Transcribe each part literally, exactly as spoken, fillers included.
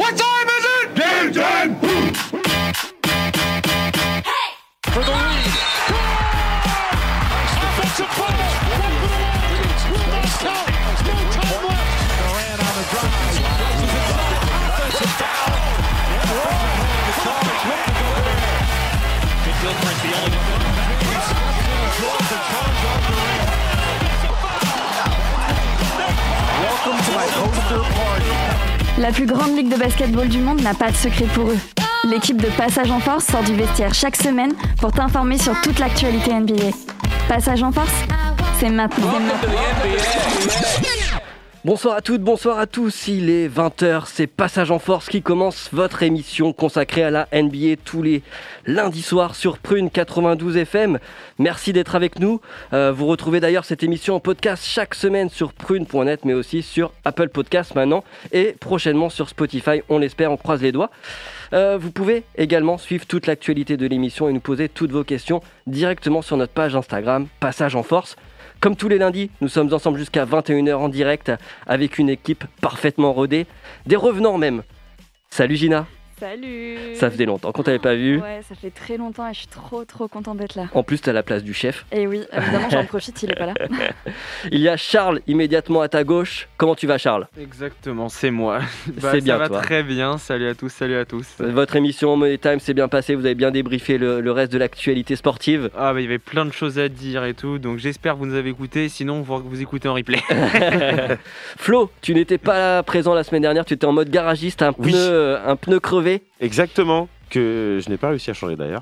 What time is it? Game time! Hey! For the lead. Offensive play. Will not count. No time left. Durant on the drive. Offensive foul. Gilchrist, the only one. Draws the charge on Durant. Welcome to my poster party. La plus grande ligue de basketball du monde n'a pas de secret pour eux. L'équipe de Passage en Force sort du vestiaire chaque semaine pour t'informer sur toute l'actualité N B A. Passage en Force, c'est maintenant. C'est maintenant. Bonsoir à toutes, bonsoir à tous, il est vingt heures, c'est Passage en Force qui commence votre émission consacrée à la N B A tous les lundis soirs sur Prune quatre-vingt-douze F M. Merci d'être avec nous, euh, vous retrouvez d'ailleurs cette émission en podcast chaque semaine sur prune point net mais aussi sur Apple Podcasts maintenant et prochainement sur Spotify, on l'espère, on croise les doigts. Euh, vous pouvez également suivre toute l'actualité de l'émission et nous poser toutes vos questions directement sur notre page Instagram Passage en Force. Comme tous les lundis, nous sommes ensemble jusqu'à vingt et une heures en direct avec une équipe parfaitement rodée, des revenants même. Salut Gina. Salut. Ça faisait longtemps qu'on t'avait pas vu. Ouais, ça fait très longtemps et je suis trop trop contente d'être là. En plus, t'as la place du chef. Et oui, évidemment, j'en profite, il est pas là. Il y a Charles immédiatement à ta gauche. Comment tu vas, Charles ? Exactement, c'est moi. Bah, c'est bien ça va toi. Très bien, salut à tous, salut à tous. Votre émission Money Time s'est bien passée, vous avez bien débriefé le, le reste de l'actualité sportive. Ah bah il y avait plein de choses à dire et tout, donc j'espère que vous nous avez écouté, sinon vous, vous écoutez en replay. Flo, tu n'étais pas là présent la semaine dernière, tu étais en mode garagiste, un pneu, oui. euh, un pneu crevé. Exactement, que je n'ai pas réussi à changer d'ailleurs.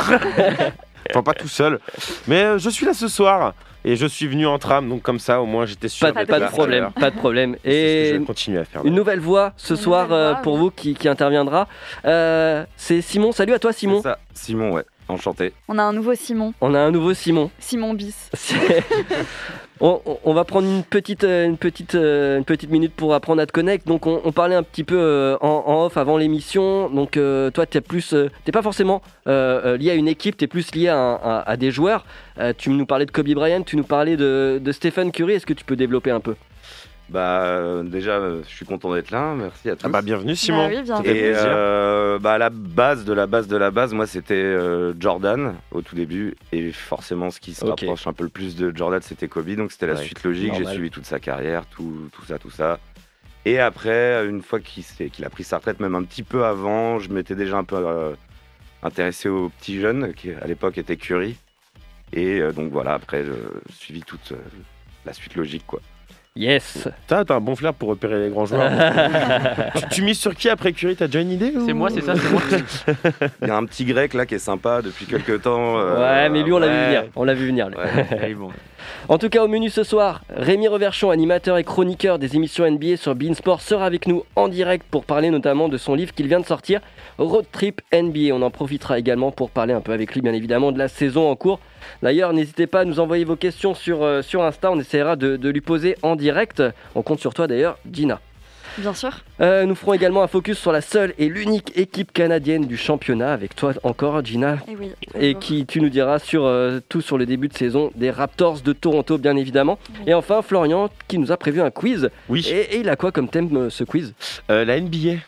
Enfin pas tout seul, mais euh, je suis là ce soir et je suis venu en tram, donc comme ça au moins j'étais sûr Pas, d'être pas de là. problème, pas de problème. C'est ce que je Et vais continuer à faire. une nouvelle voix ce Une soir nouvelle euh, voix, pour oui. vous qui, qui interviendra. Euh, c'est Simon, salut à toi Simon. C'est ça, Simon, ouais, enchanté. On a un nouveau Simon, On a un nouveau Simon. Simon bis. C'est- on, on- on va prendre une petite, euh, une, petite, euh, une petite minute pour apprendre à te connaître. Donc on, on parlait un petit peu euh, en, en off avant l'émission. Donc euh, toi t'es plus, euh, t'es pas forcément euh, euh, lié à une équipe, t'es plus lié à, un- à- à des joueurs. Euh, tu nous parlais de Kobe Bryant, tu nous parlais de, de Stephen Curry. Est-ce que tu peux développer un peu ? Bah, euh, déjà, euh, je suis content d'être là, merci à tous. Ah bah bienvenue Simon. Bah oui, bienvenue. Ça fait Et plaisir. euh, bah, la base de la base de la base, moi c'était euh, Jordan au tout début. Et forcément, ce qui se Ok. rapproche un peu le plus de Jordan, c'était Kobe. Donc c'était la Ouais, suite logique. normal. J'ai suivi toute sa carrière, tout, tout ça, tout ça. Et après, une fois qu'il, s'est- qu'il a pris sa retraite, même un petit peu avant, je m'étais déjà un peu euh, intéressé aux petits jeunes, qui à l'époque étaient Curry. Et euh, donc voilà, après, j'ai suivi toute euh, la suite logique, quoi. Yes. T'as, t'as un bon flair pour repérer les grands joueurs. tu, tu mises sur qui après Curry? T'as déjà une idée ou... C'est moi, c'est ça, c'est moi. Il y a un petit grec là qui est sympa depuis quelques temps. euh, ouais, mais lui on l'a vu ouais. venir. On l'a vu venir. lui. Ouais. Et bon. En tout cas, au menu ce soir, Rémi Reverchon, animateur et chroniqueur des émissions N B A sur Beansport, sera avec nous en direct pour parler notamment de son livre qu'il vient de sortir, Road Trip N B A. On en profitera également pour parler un peu avec lui, bien évidemment, de la saison en cours. D'ailleurs, n'hésitez pas à nous envoyer vos questions sur, euh, sur Insta, on essaiera de, de lui poser en direct. On compte sur toi d'ailleurs, Gina. Bien sûr. Euh, nous ferons également un focus sur la seule et l'unique équipe canadienne du championnat, avec toi encore, Gina. Et oui. Et toujours. qui tu nous diras sur euh, tout sur le début de saison des Raptors de Toronto, bien évidemment. Oui. Et enfin Florian qui nous a prévu un quiz. Oui, Et, et il a quoi comme thème euh, ce quiz? Euh, la N B A.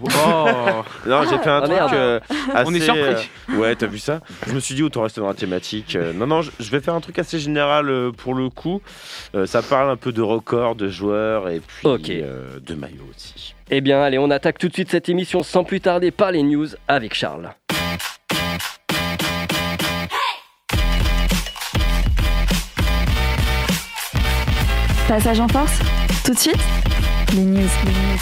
Oh. Non, j'ai fait un Ah, truc merde. euh, assez, On est surpris. euh, ouais, t'as vu ça? Je me suis dit autant rester dans la thématique. Euh, non, non, je, je vais faire un truc assez général euh, pour le coup. Euh, ça parle un peu de records, de joueurs et puis Ok. euh, de maillots aussi. Eh bien allez, on attaque tout de suite cette émission sans plus tarder par les news avec Charles. Passage en Force, tout de suite, les news. Les news.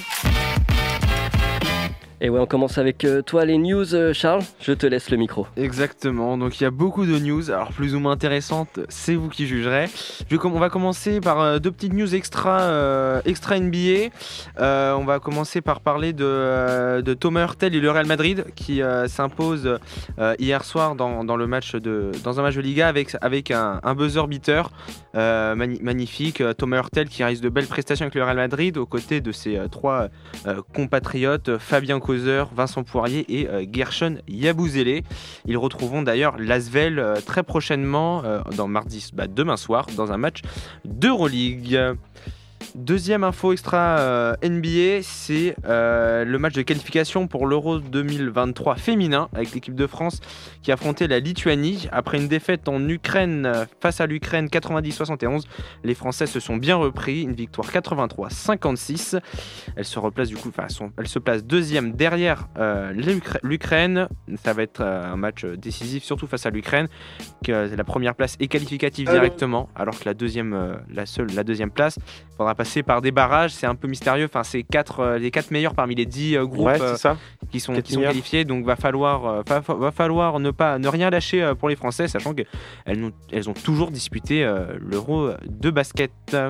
Et ouais, on commence avec euh, toi les news, euh, Charles. Je te laisse le micro. Exactement, donc il y a beaucoup de news, alors plus ou moins intéressantes, c'est vous qui jugerez. Je vais com- on va commencer par euh, deux petites news extra, euh, extra N B A. Euh, on va commencer par parler de, euh, de Thomas Hurtel et le Real Madrid qui euh, s'impose euh, hier soir dans, dans, le match de, dans un match de Liga avec, avec un, un buzzer beater euh, mani- magnifique. Thomas Hurtel qui réalise de belles prestations avec le Real Madrid aux côtés de ses euh, trois euh, compatriotes, Fabien Causeur, Vincent Poirier et euh, Gershon Yabusele. Ils retrouveront d'ailleurs l'Asvel euh, très prochainement, euh, dans mardi, bah, demain soir, dans un match d'Euroleague. Deuxième info extra euh, N B A, c'est euh, le match de qualification pour l'Euro deux mille vingt-trois féminin avec l'équipe de France qui affrontait la Lituanie. Après une défaite en Ukraine face à l'Ukraine quatre-vingt-dix à soixante et onze, les Français se sont bien repris, une victoire quatre-vingt-trois à cinquante-six. Elle se replace du coup, enfin, elle se place deuxième derrière euh, l'Ukraine. Ça va être euh, un match décisif, surtout face à l'Ukraine. Que la première place est qualificative directement, alors que la deuxième, euh, la seule, la deuxième place, il faudra passer par des barrages. C'est un peu mystérieux. Enfin, c'est quatre, euh, les quatre meilleurs parmi les dix euh, groupes ouais, euh, ça. qui sont qui sont qualifiés. Donc, va falloir, euh, va, va falloir ne pas, ne rien lâcher euh, pour les Français, sachant que elles, elles ont toujours disputé euh, l'Euro de basket.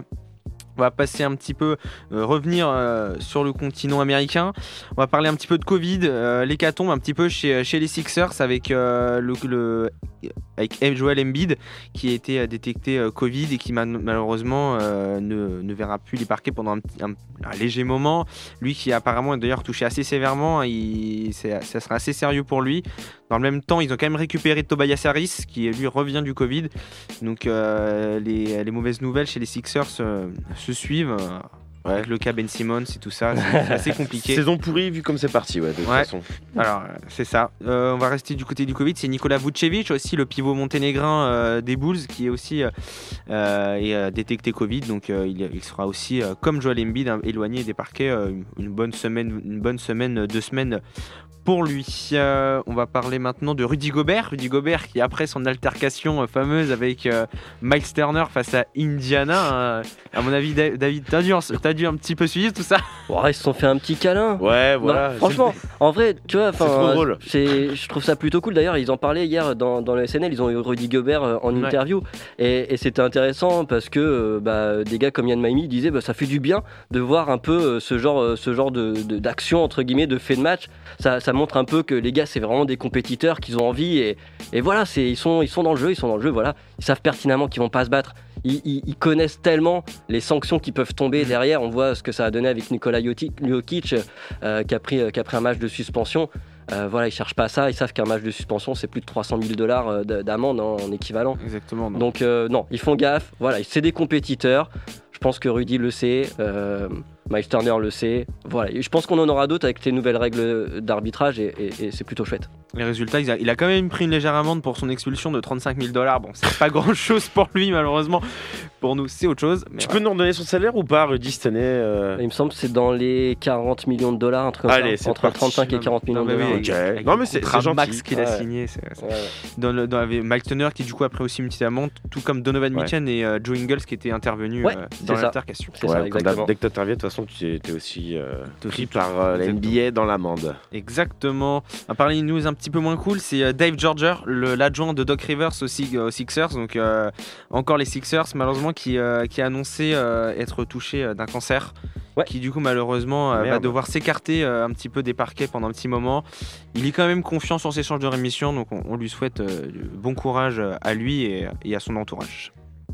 On va passer un petit peu, euh, revenir euh, sur le continent américain. On va parler un petit peu de Covid, euh, l'hécatombe un petit peu chez, chez les Sixers avec, euh, le, le, avec Joel Embiid qui a été détecté euh, Covid et qui malheureusement euh, ne, ne verra plus les parquets pendant un, un, un léger moment. Lui qui apparemment est d'ailleurs touché assez sévèrement, il, ça sera assez sérieux pour lui. Dans le même temps, ils ont quand même récupéré Tobias Harris qui lui revient du Covid. Donc euh, les, les mauvaises nouvelles chez les Sixers euh, se suivent. Euh, ouais. Avec le cas Ben Simmons et tout ça, c'est assez compliqué. Saison pourrie vu comme c'est parti, ouais, de toute ouais. façon. Alors, c'est ça. Euh, on va rester du côté du Covid. C'est Nikola Vucevic, aussi le pivot monténégrin euh, des Bulls, qui est aussi euh, euh, est, euh, détecté Covid. Donc, euh, il, il sera aussi, euh, comme Joel Embiid, hein, éloigné des parquets euh, une bonne semaine, une bonne semaine, deux semaines pour lui. Euh, on va parler maintenant de Rudy Gobert. Rudy Gobert qui, après son altercation euh, fameuse avec euh, Miles Turner face à Indiana, euh, à mon avis, David, t'as dû, t'as dû un petit peu suivre tout ça. Ouais, ils se sont fait un petit câlin. Ouais, voilà. Non, franchement, en vrai, tu vois, c'est trop drôle. C'est, je trouve ça plutôt cool. D'ailleurs, ils en parlaient hier dans, dans le S N L. Ils ont eu Rudy Gobert euh, en ouais. interview. Et, et c'était intéressant parce que euh, bah, des gars comme Yann Maimi disaient bah, ça fait du bien de voir un peu euh, ce genre, euh, ce genre de, de, d'action, entre guillemets, de fait de match. Ça, ça montre un peu que les gars, c'est vraiment des compétiteurs, qu'ils ont envie. Et, et voilà, c'est, ils, sont, ils sont dans le jeu. Ils sont dans le jeu. Voilà. Ils savent pertinemment qu'ils vont pas se battre. Ils, ils, ils connaissent tellement les sanctions qui peuvent tomber derrière. On voit ce que ça a donné avec Nikola Jokic euh, qui, a pris, qui a pris un match de suspension. Euh, voilà, ils cherchent pas ça. Ils savent qu'un match de suspension, c'est plus de trois cent mille dollars d'amende hein, en équivalent. Exactement. Non. Donc euh, non, ils font gaffe. Voilà, c'est des compétiteurs. Je pense que Rudy le sait. Euh, Miles Turner le sait. Voilà, et je pense qu'on en aura d'autres avec les nouvelles règles d'arbitrage et, et, et c'est plutôt chouette. Les résultats, il a, il a quand même pris une légère amende pour son expulsion de trente-cinq mille dollars. Bon, c'est pas grand chose pour lui, malheureusement. Pour nous, c'est autre chose. Mais tu voilà. peux nous redonner son salaire ou pas, Rudy, cette année euh... Il me semble que c'est dans les quarante millions de dollars, un truc comme Allez, ça. Entre trente-cinq et quarante millions non, de dollars. Oui, okay. avec non, mais c'est, c'est gentil. Max qu'il ouais. a signé. C'est, c'est... Ouais, ouais. Dans le, dans, Mike Turner qui, du coup, a pris aussi une petite amende, tout comme Donovan ouais. Mitchell et euh, Joe Ingles qui étaient intervenus ouais, euh, dans l'altercation. C'est ça, exactement. Dès que tu interviens, de toute façon, tu es aussi euh, pris par euh, la N B A dans l'amende. Exactement. On va parler d'une news un petit peu moins cool, c'est euh, Dave Georger, le, l'adjoint de Doc Rivers aux, aux Sixers. Donc, euh, encore les Sixers, malheureusement, qui, euh, qui a annoncé euh, être touché euh, d'un cancer. Ouais. Qui du coup malheureusement euh, va devoir s'écarter euh, un petit peu des parquets pendant un petit moment. Il est quand même confiant sur ses chances de rémission, donc on, on lui souhaite euh, bon courage à lui et, et à son entourage.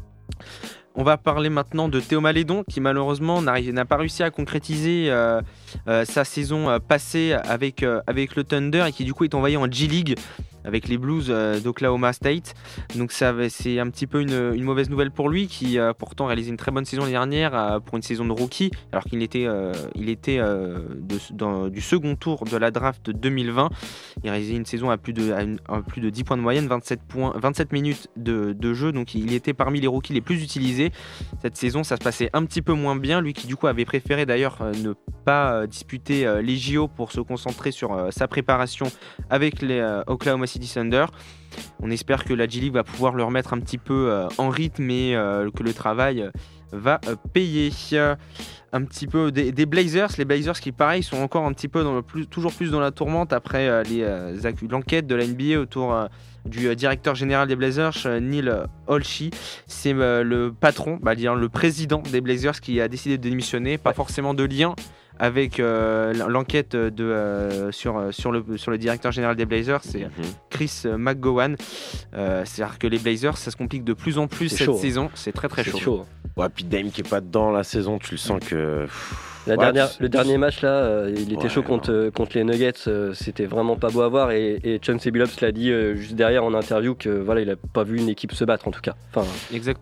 On va parler maintenant de Théo Malédon qui malheureusement n'a pas réussi à concrétiser euh, euh, sa saison euh, passée avec, euh, avec le Thunder et qui du coup est envoyé en G-League avec les Blues euh, d'Oklahoma State. Donc ça, c'est un petit peu une, une mauvaise nouvelle pour lui qui a pourtant réalisé une très bonne saison l'année dernière euh, pour une saison de rookie alors qu'il était, euh, il était euh, de, dans, du second tour de la draft deux mille vingt. Il a réalisé une saison à plus de, à une, à plus de dix points de moyenne, vingt-sept, points, vingt-sept minutes de, de jeu, donc il était parmi les rookies les plus utilisés. Cette saison ça se passait un petit peu moins bien, lui qui du coup avait préféré d'ailleurs euh, ne pas euh, disputer euh, les J O pour se concentrer sur euh, sa préparation avec les euh, Oklahoma City Thunder. On espère que la G-League va pouvoir le remettre un petit peu euh, en rythme et euh, que le travail euh, va euh, payer. Euh, un petit peu des, des Blazers, les Blazers qui pareil sont encore un petit peu dans le plus, toujours plus dans la tourmente après euh, les, euh, l'enquête de la N B A autour euh, du euh, directeur général des Blazers, euh, Neil Olshey. C'est euh, le patron, bah, dire le président des Blazers qui a décidé de démissionner, pas forcément de lien avec euh, l'enquête de, euh, sur, sur, le, sur le directeur général des Blazers, c'est mm-hmm. Chris McGowan. Euh, c'est-à-dire que les Blazers, ça se complique de plus en plus c'est cette chaud, saison. Hein. C'est très très c'est chaud. chaud. Ouais, puis Dame qui est pas dedans la saison, tu le sens que... La ouais, dernière, tu... Le dernier match là, euh, il était ouais, chaud contre, euh, contre les Nuggets, euh, c'était vraiment pas beau à voir et, et Chauncey Billups l'a dit euh, juste derrière en interview que voilà, il a pas vu une équipe se battre en tout cas. Enfin, exactement.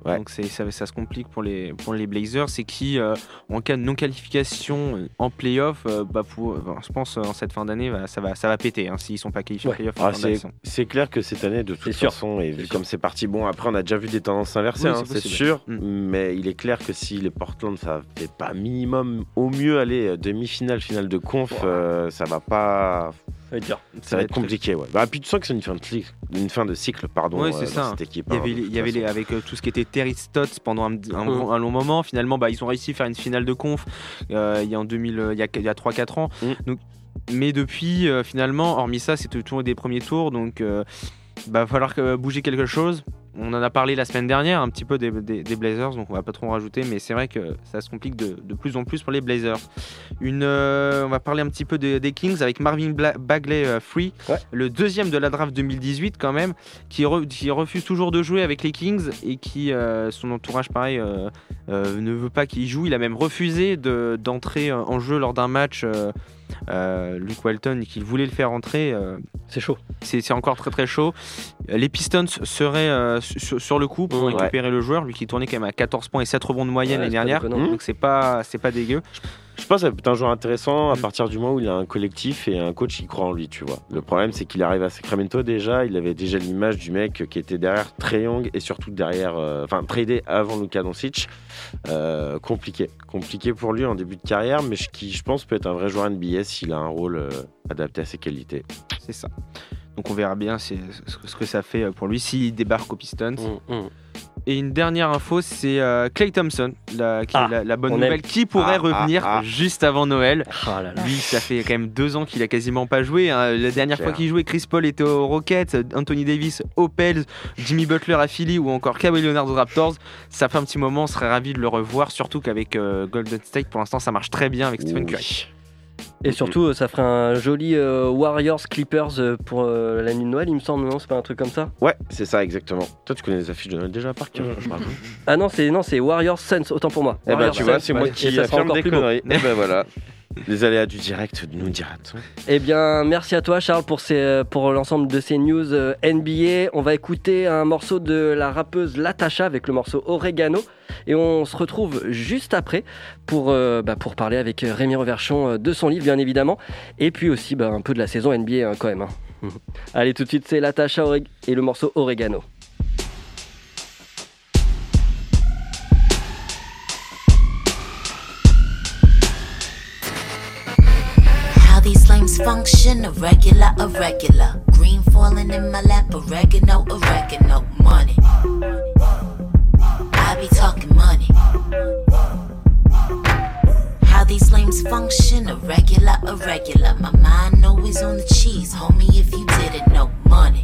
Ouais. Donc c'est, ça, ça se complique pour les, pour les Blazers. C'est qui, euh, en cas de non-qualification en play-off, euh, bah pour, enfin, je pense en cette fin d'année, bah, ça, va, ça va péter hein, s'ils ne sont pas qualifiés Ouais. en play-off. Ah, en fin c'est, d'action. c'est clair que cette année, de toute façon, et vu comme c'est parti, bon, après, on a déjà vu des tendances inversées, Oui, hein, c'est c'est, possible. sûr, Mm. mais il est clair que si les Portland, ça fait pas minimum, au mieux aller demi-finale, finale de conf, Ouais. euh, ça va pas. Ça va être dur. Ça va être compliqué, ouais. Bah, puis tu sens que c'est une fin de cycle, une fin de cycle pardon, Ouais, c'est euh, ça. dans cette équipe. Il y hein, avait, de les- toute il y avait les, façon. avec euh, tout ce qui était Terry Stotts pendant un, un, Mm. grand- un long moment. Finalement, bah, ils ont réussi à faire une finale de conf euh, il y a en deux mille, euh, il y a, il y a trois quatre ans. Mm. Donc, mais depuis, euh, finalement, hormis ça, c'était toujours des premiers tours. Donc, euh, bah, va falloir que, bouger quelque chose. On en a parlé la semaine dernière un petit peu des, des, des Blazers, donc on va pas trop en rajouter, mais c'est vrai que ça se complique de, de plus en plus pour les Blazers. Une, euh, on va parler un petit peu de- des Kings avec Marvin Bla- Bagley euh, Free, Ouais. le deuxième de la draft deux mille dix-huit quand même, qui, re- qui refuse toujours de jouer avec les Kings et qui, euh, son entourage pareil, euh, euh, ne veut pas qu'il joue. Il a même refusé de, d'entrer en jeu lors d'un match. Euh, euh, Luke Walton, qu'il voulait le faire entrer. Euh, C'est chaud. c'est, c'est encore très très chaud. Les Pistons seraient euh, sur, sur le coup pour Ouais. récupérer le joueur, lui qui tournait quand même à quatorze points et sept rebonds de moyenne Ouais, l'année c'est pas dernière. déconnant. Donc c'est pas, c'est pas dégueu. Je pense que ça peut être un joueur intéressant à Mm. partir du moment où il a un collectif et un coach qui croit en lui, tu vois. Le problème, c'est qu'il arrive à Sacramento déjà, il avait déjà l'image du mec qui était derrière Trae Young et surtout derrière, euh, enfin, tradé avant Luka Doncic. Euh, compliqué, compliqué pour lui en début de carrière, mais je- qui, je pense, peut être un vrai joueur N B A s'il a un rôle euh, adapté à ses qualités. C'est ça. Donc on verra bien c'est, ce ce que ça fait pour lui s'il débarque aux Pistons. Mm, mm. Et une dernière info, c'est euh, Klay Thompson, la, qui Ah, est la, la bonne on nouvelle, aime. qui pourrait Ah, revenir ah, ah. juste avant Noël. Ah là là. Lui, ça fait quand même deux ans qu'il a quasiment pas joué. hein. La dernière Claire. fois qu'il jouait, Chris Paul était aux Rockets, Anthony Davis aux Pels, Jimmy Butler à Philly ou encore Kawhi Leonard aux Raptors. Ça fait un petit moment, on serait ravi de le revoir, surtout qu'avec euh, Golden State, pour l'instant, ça marche très bien avec Stephen Oui. Curry. Et surtout, euh, ça ferait un joli euh, Warriors Clippers euh, pour euh, la nuit de Noël, il me semble, non? C'est pas un truc comme ça? Ouais, c'est ça exactement. Toi, tu connais les affiches de Noël déjà par cœur, je rappelle. Ah non, c'est non, c'est Warriors Suns, autant pour moi. Eh ben, Warriors tu vois, Suns, c'est moi ouais. Et qui ça sera affirme encore des plus beau. conneries. Et ben voilà. Les aléas du direct, nous dira-t-on. Eh bien, merci à toi, Charles, pour, ces, pour l'ensemble de ces news euh, N B A. On va écouter un morceau de la rappeuse Latasha avec le morceau Oregano. Et on se retrouve juste après pour, euh, bah, pour parler avec Rémi Reverchon euh, de son livre, bien évidemment. Et puis aussi bah, un peu de la saison N B A hein, quand même. hein. Allez, tout de suite, c'est Latasha Oreg- et le morceau Oregano. How these flames function, irregular, irregular. Green falling in my lap, oregano, oregano, money. I be talking money. How these flames function, irregular, irregular. My mind always on the cheese, homie, if you didn't know, money.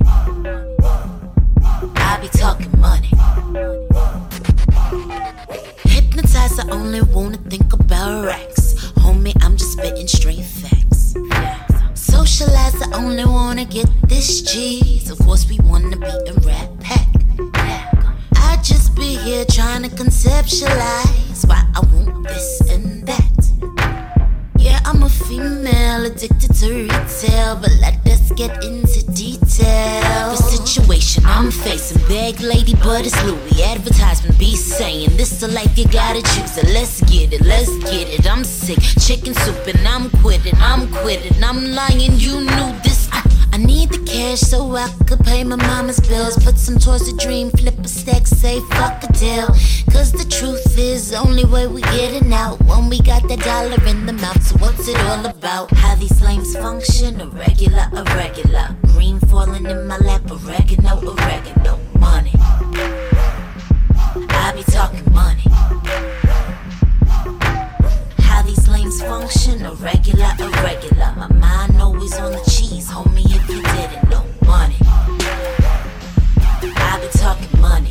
I be talking money. Hypnotized, I only wanna think about racks. Homie, I'm just spitting straight facts. Socialize, I only wanna get this cheese. Of course, we wanna be a rat pack. I just be here trying to conceptualize why I want this and that. Yeah, I'm a female addicted to retail, but let us get into detail. The situation I'm facing, beg lady, but it's Louis. Advertisement be saying this the life you gotta choose. It. Let's get it, let's get it. I'm sick, chicken soup, and I'm quitting, I'm quitting. I'm lying, you knew this. I, I need the cash so I could pay my mama's bills. Put some towards the dream, flip a stack, say fuck a deal. Cause the truth is, the only way we getting out when we got that dollar in the mouth. So what's it all about? How these flames function, irregular, irregular. Green falling in my lap, oregano, oregano, money. I be talking money. How these flames function, irregular, irregular. My mind always on the cheese, homie, if you didn't know, money. I be talking money.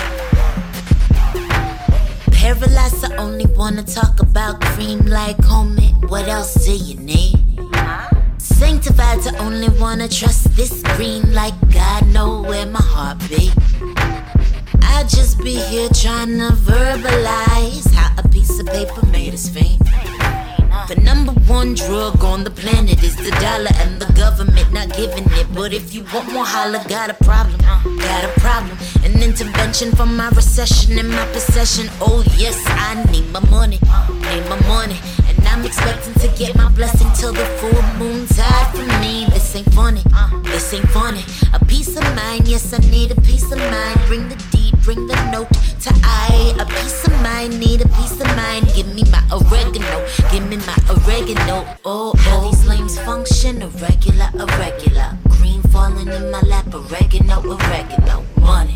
Paralyzed, I only wanna talk about cream like homie. What else do you need? Sanctified, I only wanna trust this green like God know where my heart beat. I just be here trying to verbalize how a piece of paper made us faint. The number one drug on the planet is the dollar, and the government not giving it. But if you want more, holla, got a problem, got a problem. An intervention from my recession in my possession. Oh yes, I need my money, need my money. And I'm expecting to get my blessing till the full moon tide for me. This ain't funny, this ain't funny. A peace of mind, yes, I need a peace of mind. Bring the deed, bring the note to I. A peace of mind, need a peace of mind. Give me my oregano, give me my oregano. Oh, how these lames function, irregular, irregular. Green falling in my lap, oregano, oregano. Money,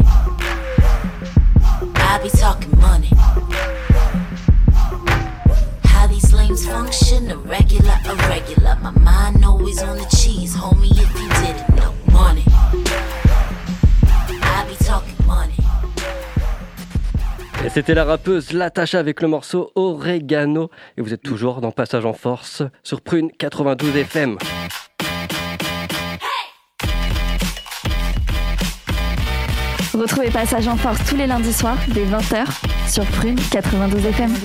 I be talking money. How these lames function, irregular, irregular. My mind always on the cheese, homie, if you didn't know. Money, I be talking money. Et c'était la rappeuse Latasha avec le morceau Oregano. Et vous êtes toujours dans Passage en Force sur Prune quatre-vingt-douze F M. Retrouvez Passage en Force tous les lundis soirs dès vingt heures sur Prune quatre-vingt-douze F M.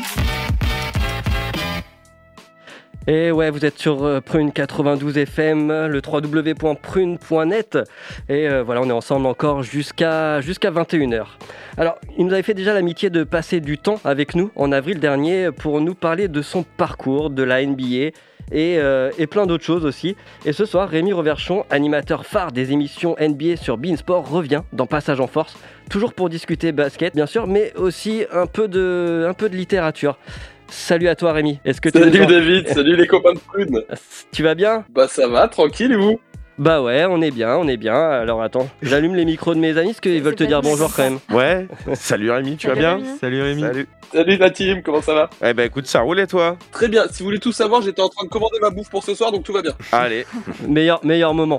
Et ouais, vous êtes sur euh, Prune quatre-vingt-douze F M, le w w w point prune point net. Et euh, voilà, on est ensemble encore jusqu'à, jusqu'à vingt et une heures. Alors, il nous avait fait déjà l'amitié de passer du temps avec nous en avril dernier pour nous parler de son parcours, de la N B A et, euh, et plein d'autres choses aussi. Et ce soir, Rémi Reverchon, animateur phare des émissions N B A sur Beansport, revient dans Passage en Force, toujours pour discuter basket bien sûr, mais aussi un peu de, un peu de littérature. Salut à toi Rémi. Est-ce que tu Salut David, salut les copains de Prune. Tu vas bien? Bah ça va, tranquille et vous? Bah ouais, on est bien, on est bien. Alors attends, j'allume les micros de mes amis parce qu'ils veulent te dire bonjour quand même. Ouais, salut Rémi, tu vas bien? Salut Rémi. Salut. Salut la team, comment ça va? Eh ben écoute, ça roule et toi? Très bien, si vous voulez tout savoir, j'étais en train de commander ma bouffe pour ce soir, donc tout va bien. Allez. meilleur, meilleur moment.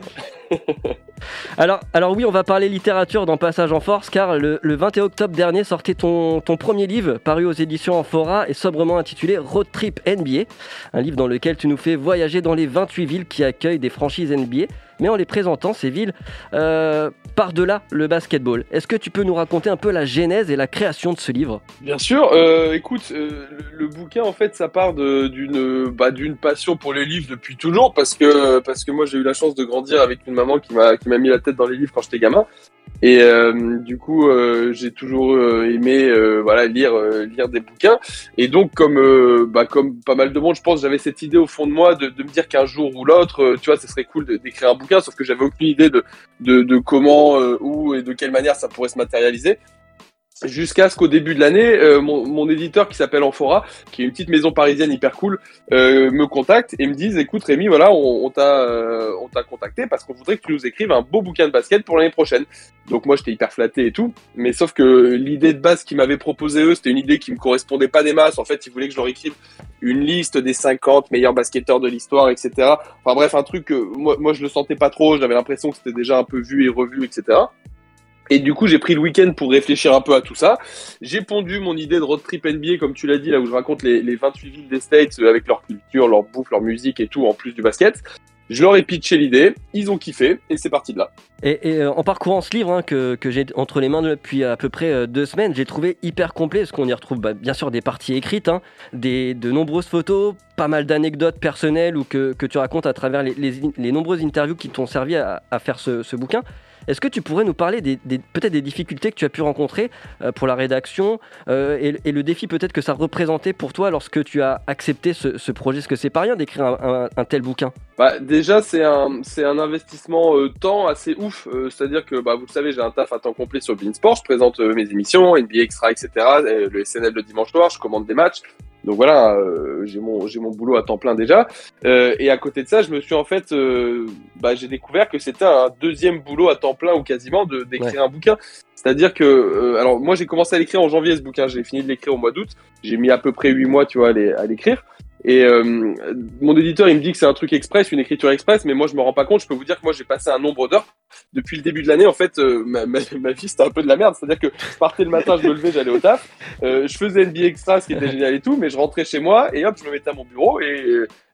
Alors, alors oui, on va parler littérature dans Passage en Force, car le, le vingt et un octobre dernier sortait ton, ton premier livre, paru aux éditions Amphora et sobrement intitulé Road Trip N B A, un livre dans lequel tu nous fais voyager dans les vingt-huit villes qui accueillent des franchises N B A, mais en les présentant, ces villes, euh, par-delà le basketball. Est-ce que tu peux nous raconter un peu la genèse et la création de ce livre? Bien sûr, euh, écoute, euh, le, le bouquin en fait ça part de, d'une, bah, d'une passion pour les livres depuis toujours, parce que, parce que moi j'ai eu la chance de grandir avec une maman qui m'a, qui m'a mis la tête dans les livres quand j'étais gamin. Et euh, du coup, euh, j'ai toujours euh, aimé euh, voilà lire euh, lire des bouquins. Et donc, comme euh, bah comme pas mal de monde, je pense, j'avais cette idée au fond de moi de, de me dire qu'un jour ou l'autre, euh, tu vois, ce serait cool de, d'écrire un bouquin. Sauf que j'avais aucune idée de de, de comment, euh, où et de quelle manière ça pourrait se matérialiser. Jusqu'à ce qu'au début de l'année, euh, mon, mon éditeur qui s'appelle Amphora, qui est une petite maison parisienne hyper cool, euh, me contacte et me dise: écoute Rémi, voilà, on, on t'a, euh, on t'a contacté parce qu'on voudrait que tu nous écrives un beau bouquin de basket pour l'année prochaine. Donc moi j'étais hyper flatté et tout, mais sauf que l'idée de base qu'ils m'avaient proposé eux, c'était une idée qui me correspondait pas des masses. En fait, ils voulaient que je leur écrive une liste des cinquante meilleurs basketteurs de l'histoire, et cetera. Enfin bref, un truc que moi, moi je le sentais pas trop. J'avais l'impression que c'était déjà un peu vu et revu, et cetera. Et du coup, j'ai pris le week-end pour réfléchir un peu à tout ça. J'ai pondu mon idée de road trip N B A, comme tu l'as dit, là où je raconte les, les vingt-huit villes des States avec leur culture, leur bouffe, leur musique et tout, en plus du basket. Je leur ai pitché l'idée, ils ont kiffé, et c'est parti de là. Et, et euh, en parcourant ce livre hein, que, que j'ai entre les mains depuis à peu près euh, deux semaines, j'ai trouvé hyper complet, parce qu'on y retrouve bah, bien sûr des parties écrites, hein, des, de nombreuses photos, pas mal d'anecdotes personnelles ou que, que tu racontes à travers les, les, les nombreuses interviews qui t'ont servi à, à faire ce, ce bouquin. Est-ce que tu pourrais nous parler des, des, peut-être des difficultés que tu as pu rencontrer euh, pour la rédaction euh, et, et le défi peut-être que ça représentait pour toi lorsque tu as accepté ce, ce projet? Parce que c'est pas rien d'écrire un, un, un tel bouquin. Bah, déjà, c'est un, c'est un investissement euh, temps assez ouf. Euh, c'est-à-dire que, bah, vous le savez, j'ai un taf à temps complet sur Beansport. Je présente euh, mes émissions, N B A Extra, et cetera. Euh, le S N L le dimanche soir, je commande des matchs. Donc voilà, euh, j'ai mon j'ai mon boulot à temps plein déjà. Euh, et à côté de ça, je me suis en fait, euh, bah, j'ai découvert que c'était un deuxième boulot à temps plein ou quasiment de d'écrire ouais. un bouquin. C'est-à-dire que, euh, alors moi j'ai commencé à l'écrire en janvier ce bouquin, j'ai fini de l'écrire au mois d'août. J'ai mis à peu près huit mois, tu vois, à, les, à l'écrire. Et euh, mon éditeur, il me dit que c'est un truc express, une écriture express, mais moi je me rends pas compte. Je peux vous dire que moi j'ai passé un nombre d'heures depuis le début de l'année. En fait, euh, ma, ma, ma vie c'était un peu de la merde. C'est-à-dire que je partais le matin, je me levais, j'allais au taf, euh, je faisais N B A Extra, ce qui était génial et tout, mais je rentrais chez moi et hop, je me mettais à mon bureau et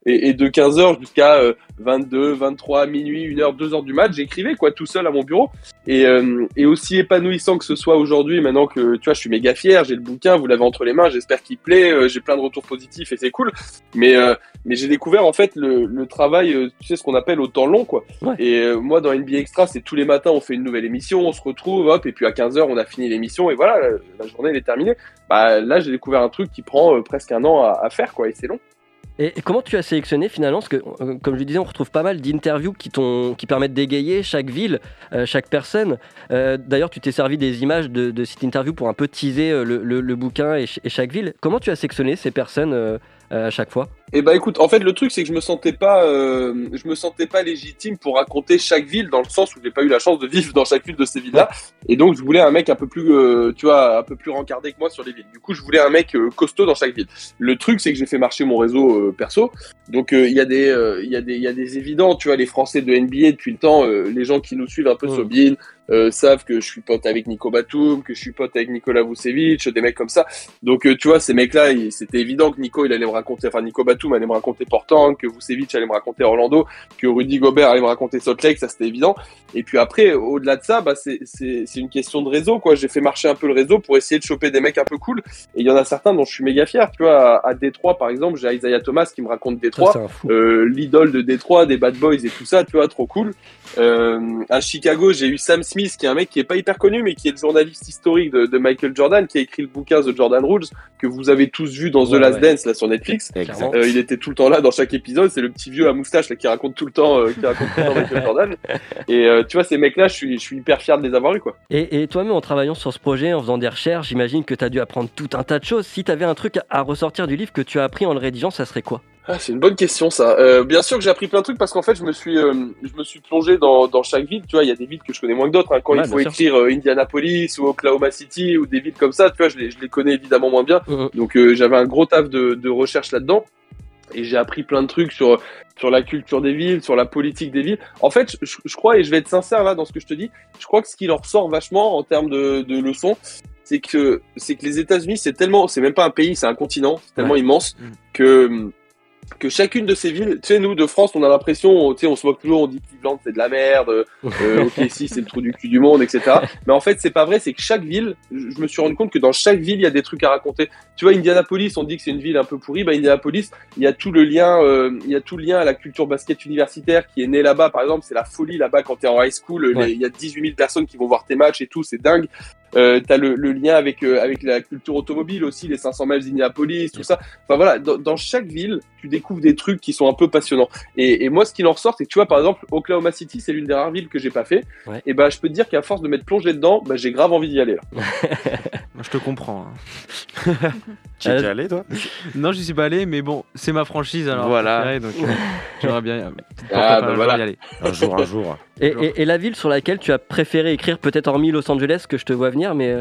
Et, et de quinze heures jusqu'à euh, vingt-deux, vingt-trois, minuit, une heure, deux heures du mat, j'écrivais quoi, tout seul à mon bureau. Et, euh, et aussi épanouissant que ce soit aujourd'hui, maintenant que tu vois, je suis méga fier, j'ai le bouquin, vous l'avez entre les mains, j'espère qu'il plaît, euh, j'ai plein de retours positifs et c'est cool. Mais euh, mais j'ai découvert en fait le, le travail, euh, tu sais ce qu'on appelle au temps long quoi. Ouais. Et euh, moi dans N B A Extra, c'est tous les matins on fait une nouvelle émission, on se retrouve, hop, et puis à quinze heures on a fini l'émission et voilà, la, la journée elle est terminée. Bah là j'ai découvert un truc qui prend euh, presque un an à, à faire quoi, et c'est long. Et, et comment tu as sélectionné finalement, parce que euh, comme je le disais, on retrouve pas mal d'interviews qui, t'ont, qui permettent d'égayer chaque ville, euh, chaque personne. Euh, d'ailleurs, tu t'es servi des images de, de cette interview pour un peu teaser euh, le, le, le bouquin et, ch- et chaque ville. Comment tu as sélectionné ces personnes euh, euh, à chaque fois ? Et bah écoute, en fait le truc c'est que je me sentais pas, euh, je me sentais pas légitime pour raconter chaque ville dans le sens où j'ai pas eu la chance de vivre dans chacune de ces villes-là. Et donc je voulais un mec un peu plus, euh, tu vois, un peu plus rencardé que moi sur les villes. Du coup je voulais un mec euh, costaud dans chaque ville. Le truc c'est que j'ai fait marcher mon réseau euh, perso. Donc il euh, y a des, il euh, y a des, il y a des évidents, tu vois, les Français de N B A depuis le temps, euh, les gens qui nous suivent un peu mmh. sur Bein euh, savent que je suis pote avec Nico Batum, que je suis pote avec Nikola Vucevic, des mecs comme ça. Donc euh, tu vois, ces mecs-là, il, c'était évident que Nico il allait me raconter, enfin Nico Batum allait me raconter Portland, que Vucevic allait me raconter Orlando, que Rudy Gobert allait me raconter Salt Lake, ça c'était évident. Et puis après, au-delà de ça, bah c'est c'est c'est une question de réseau quoi. J'ai fait marcher un peu le réseau pour essayer de choper des mecs un peu cool. Et il y en a certains dont je suis méga fier. Tu vois, à, à Détroit par exemple, j'ai Isaiah Thomas qui me raconte Détroit, euh, l'idole de Détroit, des Bad Boys et tout ça. Tu vois, trop cool. Euh, à Chicago, j'ai eu Sam Smith, qui est un mec qui est pas hyper connu, mais qui est le journaliste historique de, de Michael Jordan, qui a écrit le bouquin The Jordan Rules, que vous avez tous vu dans The ouais, Last ouais. Dance là sur Netflix. Euh, il était tout le temps là dans chaque épisode. C'est le petit vieux à moustache là qui raconte tout le temps, euh, qui raconte tout le temps Michael Jordan. Et euh, tu vois, ces mecs-là, je suis, je suis hyper fier de les avoir eu quoi. Et, et toi-même, en travaillant sur ce projet, en faisant des recherches, j'imagine que tu as dû apprendre tout un tas de choses. Si tu avais un truc à ressortir du livre que tu as appris en le rédigeant, ça serait quoi ? Ah, c'est une bonne question ça. Euh, bien sûr que j'ai appris plein de trucs parce qu'en fait je me suis euh, je me suis plongé dans dans chaque ville. Tu vois, il y a des villes que je connais moins que d'autres. Hein. Quand ouais, il faut écrire euh, Indianapolis ou Oklahoma City ou des villes comme ça, tu vois, je les je les connais évidemment moins bien. Mmh. Donc euh, j'avais un gros taf de de recherche là-dedans et j'ai appris plein de trucs sur sur la culture des villes, sur la politique des villes. En fait, je, je crois, et je vais être sincère là dans ce que je te dis, je crois que ce qui leur sort vachement en termes de de leçons, c'est que c'est que les États-Unis, c'est tellement, c'est même pas un pays, c'est un continent, c'est tellement ouais. immense mmh. que que chacune de ces villes, tu sais, nous de France, on a l'impression, tu sais, on se moque toujours, on dit Cleveland c'est de la merde, euh, O K C c'est le trou du cul du monde, et cetera. Mais en fait, c'est pas vrai, c'est que chaque ville, je me suis rendu compte que dans chaque ville, il y a des trucs à raconter. Tu vois, Indianapolis, on dit que c'est une ville un peu pourrie, bah Indianapolis, il y a tout le lien, euh, il y a tout le lien à la culture basket universitaire qui est née là-bas. Par exemple, c'est la folie là-bas quand t'es en high school, ouais. les, il y a dix-huit mille personnes qui vont voir tes matchs et tout, c'est dingue. Euh, t'as le, le lien avec euh, avec la culture automobile aussi, les cinq cents miles d'Indianapolis, tout ça. Enfin voilà, dans, dans chaque ville, tu découvres des trucs qui sont un peu passionnants. Et, et moi, ce qui en ressort, c'est que tu vois, par exemple, Oklahoma City, c'est l'une des rares villes que j'ai pas fait. Ouais. Et bah, je peux te dire qu'à force de m'être plongé dedans, bah, j'ai grave envie d'y aller. Là. Je te comprends. Hein. Tu es déjà allé, toi ? Non, je suis pas allé, mais bon, c'est ma franchise alors. Voilà. Donc, euh, j'aimerais bien. Ah, bah voilà. y aller. Un jour, un jour. Et, et, et la ville sur laquelle tu as préféré écrire, peut-être hormis Los Angeles, que je te vois venir, mais.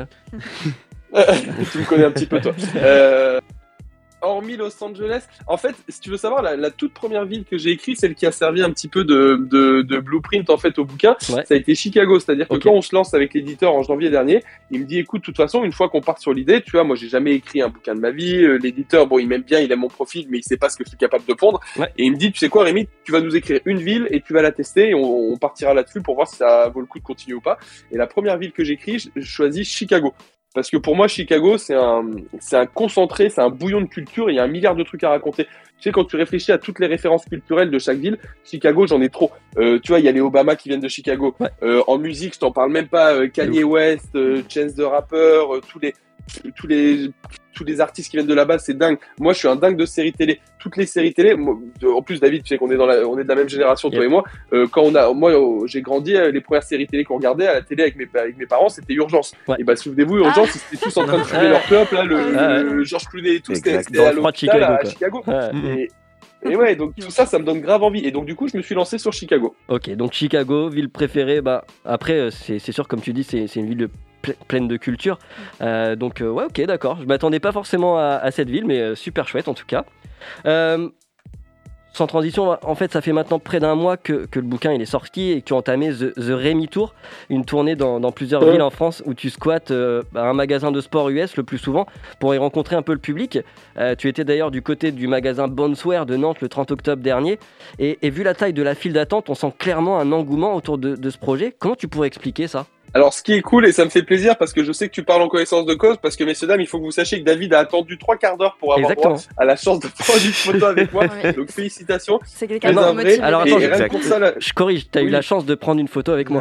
Tu me connais un petit peu, toi. Euh... Hormis Los Angeles, en fait, si tu veux savoir, la, la toute première ville que j'ai écrite, celle qui a servi un petit peu de, de, de blueprint en fait au bouquin, ouais. ça a été Chicago. C'est-à-dire que okay. quand on se lance avec l'éditeur en janvier dernier, il me dit écoute, de toute façon, une fois qu'on part sur l'idée, tu vois, moi j'ai jamais écrit un bouquin de ma vie. L'éditeur, bon, il m'aime bien, il aime mon profil, mais il sait pas ce que je suis capable de pondre. Ouais. Et il me dit, tu sais quoi, Rémi, tu vas nous écrire une ville et tu vas la tester et on, on partira là-dessus pour voir si ça vaut le coup de continuer ou pas. Et la première ville que j'écris, je, je choisis Chicago. Parce que pour moi, Chicago, c'est un, c'est un concentré, c'est un bouillon de culture et il y a un milliard de trucs à raconter. Tu sais, quand tu réfléchis à toutes les références culturelles de chaque ville, Chicago, j'en ai trop. Euh, tu vois, il y a les Obama qui viennent de Chicago. Ouais. Euh, en musique, je t'en parle même pas. Euh, Kanye West, euh, Chance the Rapper, euh, tous les, tous les, tous les artistes qui viennent de là-bas, c'est dingue. Moi, je suis un dingue de séries télé. Toutes les séries télé, moi, en plus, David, tu sais qu'on est dans la, on est de la même génération, toi yeah. et moi. Euh, quand on a, moi, oh, j'ai grandi, les premières séries télé qu'on regardait à la télé avec mes, avec mes parents, c'était Urgence. Ouais. Et bah, souvenez-vous, Urgence, ah. ils étaient tous en train de fumer leur clope, là, le, ah, le, le George Clooney et tout, c'était, c'était à l'hôpital à Chicago. Ah. Et, et ouais, donc tout ça, ça me donne grave envie. Et donc, du coup, je me suis lancé sur Chicago. Ok, donc Chicago, ville préférée. Bah, après, c'est, c'est sûr, comme tu dis, c'est, c'est une ville de pleine de culture. Euh, donc, euh, ouais, ok, d'accord. Je m'attendais pas forcément à, à cette ville, mais euh, super chouette en tout cas. Euh, sans transition, en fait, ça fait maintenant près d'un mois que, que le bouquin il est sorti et que tu as entamé The, The Rémi Tour, une tournée dans, dans plusieurs Ouais. villes en France où tu squattes euh, bah, un magasin de sport U S le plus souvent pour y rencontrer un peu le public. Euh, tu étais d'ailleurs du côté du magasin Bonswear de Nantes le trente octobre dernier. Et, et vu la taille de la file d'attente, on sent clairement un engouement autour de, de ce projet. Comment tu pourrais expliquer ça ? Alors, ce qui est cool, et ça me fait plaisir parce que je sais que tu parles en connaissance de cause, parce que messieurs, dames, il faut que vous sachiez que David a attendu trois quarts d'heure pour avoir Exactement. droit à la chance de prendre une photo avec moi. Ouais. Donc, félicitations. C'est quelqu'un Très de un vrai. motivé. Alors, Et attends, rien que exact. pour ça, là... Je corrige, tu as Oui. eu la chance de prendre une photo avec moi.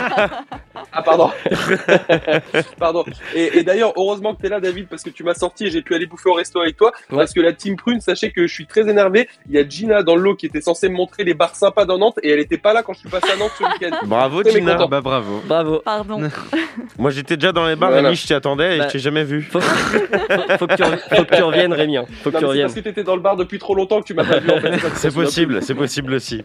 Ah, pardon. Pardon. Et, et d'ailleurs, heureusement que tu es là, David, parce que tu m'as sorti et j'ai pu aller bouffer au resto avec toi. Ouais. Parce que la team Prune, sachez que je suis très énervé. Il y a Gina dans le lot qui était censée me montrer les bars sympas dans Nantes et elle était pas là quand je suis passé à Nantes ce week-end. Bravo Très Gina. mécontent. Bah bravo. Bravo. Pardon. Moi j'étais déjà dans les bars, Voilà. Rémi, je t'y attendais et Bah, je t'ai jamais vu. Faut, faut, faut que tu rev- faut que tu reviennes, Rémi. hein. Faut que Non, tu mais c'est reviennes. parce que tu étais dans le bar depuis trop longtemps que tu m'as pas vu en fait. ça que je C'est m'en souviens possible, c'est possible aussi.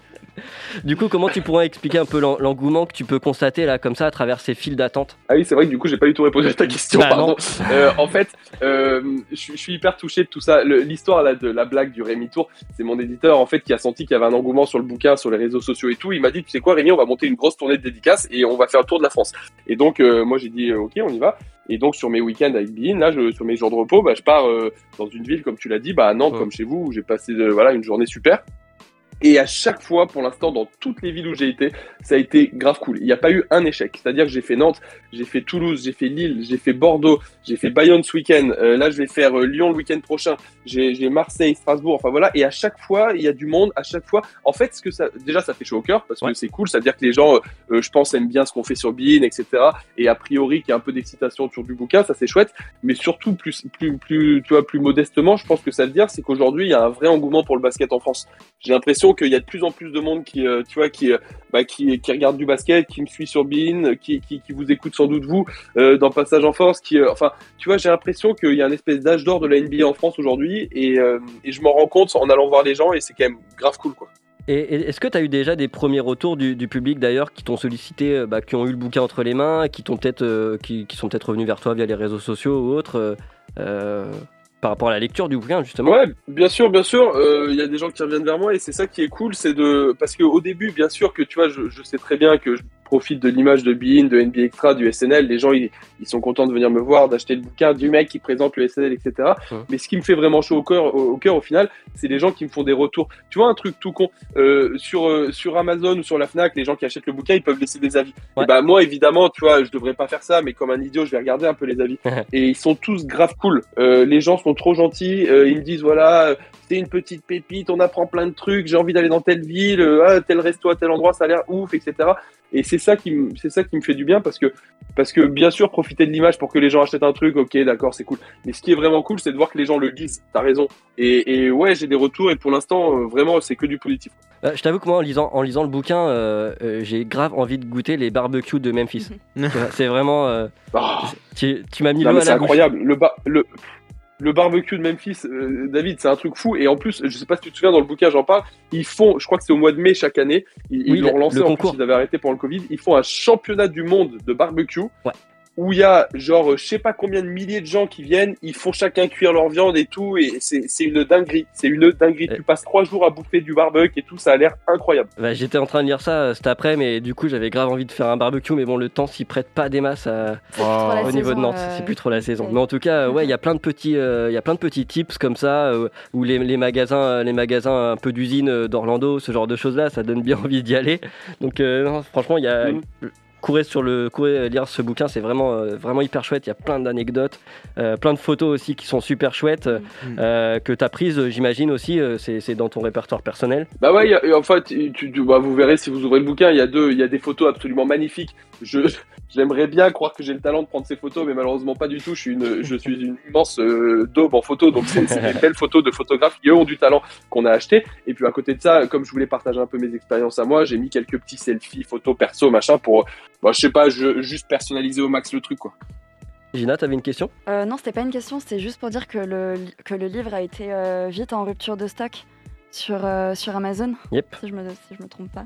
Du coup, comment tu pourrais expliquer un peu l'en- l'engouement que tu peux constater là, comme ça, à travers ces files d'attente ? Ah oui, c'est vrai que du coup, j'ai pas du tout répondu à ta question, Bah, pardon. Euh, en fait, euh, je suis- je suis hyper touché de tout ça. Le- L'histoire là, de la blague du Rémi Tour, c'est mon éditeur en fait qui a senti qu'il y avait un engouement sur le bouquin, sur les réseaux sociaux et tout. Il m'a dit, tu sais quoi, Rémi, on va monter une grosse tournée de dédicaces et on va faire le tour de la France. Et donc, euh, moi, j'ai dit, euh, ok, on y va. Et donc, sur mes week-ends avec Bean, là, je, sur mes jours de repos, bah, je pars euh, dans une ville, comme tu l'as dit, bah, à Nantes, Ouais. comme chez vous, où j'ai passé euh, voilà, une journée super. Et à chaque fois, pour l'instant, dans toutes les villes où j'ai été, ça a été grave cool. Il n'y a pas eu un échec. C'est-à-dire que j'ai fait Nantes, j'ai fait Toulouse, j'ai fait Lille, j'ai fait Bordeaux, j'ai fait Bayonne ce week-end. Euh, là, je vais faire euh, Lyon le week-end prochain. J'ai, j'ai Marseille, Strasbourg. Enfin voilà. Et à chaque fois, il y a du monde. À chaque fois, en fait, ce que ça, déjà, ça fait chaud au cœur parce Ouais. que c'est cool. C'est-à-dire que les gens, euh, euh, je pense, aiment bien ce qu'on fait sur Bein, et cetera. Et a priori, qu'il y a un peu d'excitation autour du bouquin, ça c'est chouette. Mais surtout, plus, plus, plus, tu vois, plus modestement, je pense que ça veut dire, c'est qu'aujourd'hui, il y a un vrai engouement pour le basket en France. J'ai l'impression qu'il y a de plus en plus de monde qui, euh, tu vois, qui, euh, bah, qui, qui regarde du basket, qui me suit sur Bein, qui, qui, qui vous écoute sans doute vous euh, dans Passage en Force, qui, euh, enfin, tu vois, j'ai l'impression qu'il y a une espèce d'âge d'or de la N B A en France aujourd'hui, et, euh, et je m'en rends compte en allant voir les gens, et c'est quand même grave cool, quoi. Et, et est-ce que tu as eu déjà des premiers retours du, du public d'ailleurs qui t'ont sollicité, euh, bah, qui ont eu le bouquin entre les mains, qui, t'ont peut-être, euh, qui, qui sont peut-être revenus vers toi via les réseaux sociaux ou autres euh, euh, par rapport à la lecture du bouquin justement ? Ouais, bien sûr, bien sûr. Il y a des gens qui reviennent vers moi et c'est ça qui est cool, c'est de parce que au début, bien sûr que tu vois, je, je sais très bien que je profite de l'image de Bein, de N B A Extra, du S N L. Les gens, ils, ils sont contents de venir me voir, d'acheter le bouquin du mec qui présente le S N L, et cetera. Ouais. Mais ce qui me fait vraiment chaud au cœur, au, au cœur, au final, c'est les gens qui me font des retours. Tu vois, un truc tout con euh, sur euh, sur Amazon ou sur la Fnac, les gens qui achètent le bouquin, ils peuvent laisser des avis. Ouais. Et bah moi, évidemment, tu vois, je devrais pas faire ça, mais comme un idiot, je vais regarder un peu les avis. Et ils sont tous grave cool. Euh, les gens sont trop gentils. Euh, ils me disent voilà, euh, c'est une petite pépite, on apprend plein de trucs. J'ai envie d'aller dans telle ville, euh, ah, tel resto à tel endroit, ça a l'air ouf, et cetera. Et c'est ça qui me, c'est ça qui me fait du bien parce que, parce que bien sûr, profiter de l'image pour que les gens achètent un truc, ok, d'accord, c'est cool. Mais ce qui est vraiment cool, c'est de voir que les gens le lisent. T'as raison. Et, et ouais, j'ai des retours et pour l'instant, euh, vraiment, c'est que du positif. Euh, je t'avoue que moi, en lisant, en lisant le bouquin, euh, euh, j'ai grave envie de goûter les barbecues de Memphis. Tu vois, c'est vraiment. euh, Ah. tu, tu m'as mis Non, l'eau mais à c'est la bouche. incroyable. Le, bar, le, le barbecue de Memphis, euh, David, c'est un truc fou. Et en plus, je sais pas si tu te souviens, dans le bouquin, j'en parle. Ils font, je crois que c'est au mois de mai chaque année. Ils, Oui, ils l'ont le- relancé le en concours. plus. Ils avaient arrêté pendant le Covid. Ils font un championnat du monde de barbecue. Ouais. Où il y a genre je sais pas combien de milliers de gens qui viennent, ils font chacun cuire leur viande et tout, et c'est, c'est une dinguerie, c'est une dinguerie. Et- Tu passes trois jours à bouffer du barbecue et tout, ça a l'air incroyable. Bah, j'étais en train de lire ça euh, cet après, mais du coup, j'avais grave envie de faire un barbecue, mais bon, le temps s'y prête pas des masses à. C'est plus trop la Au niveau de saison, Nantes, euh, c'est plus trop la saison. ouais. Mais en tout cas, euh, ouais, il y a plein de petits, euh, il y a plein de petits tips comme ça, euh, où les, les magasins, euh, les magasins un peu d'usine euh, d'Orlando, ce genre de choses là, ça donne bien envie d'y aller. Donc, euh, non, franchement, il y a. Mhm. Courez sur le, courez lire ce bouquin, c'est vraiment, euh, vraiment hyper chouette. Il y a plein d'anecdotes, euh, plein de photos aussi qui sont super chouettes, euh, que tu as prises, j'imagine aussi. euh, c'est, c'est dans ton répertoire personnel. Bah ouais, il y a- et en fait, tu, tu- bah, vous verrez si vous ouvrez le bouquin, il y a deux, il y a des photos absolument magnifiques. Je, j'aimerais bien croire que j'ai le talent de prendre ces photos, mais malheureusement pas du tout. Je suis une, je suis une immense euh, daube en photo, donc c'est, c'est des belles photos de photographes qui eux ont du talent qu'on a acheté. Et puis à côté de ça, comme je voulais partager un peu mes expériences à moi, j'ai mis quelques petits selfies, photos perso, machin, pour, bah, je sais pas, je, juste personnaliser au max le truc, quoi. Gina, t'avais une question ? Euh, non, c'était pas une question, c'était juste pour dire que le, que le livre a été euh, vite en rupture de stock sur, euh, sur Amazon, Yep. si je me, si je me trompe pas.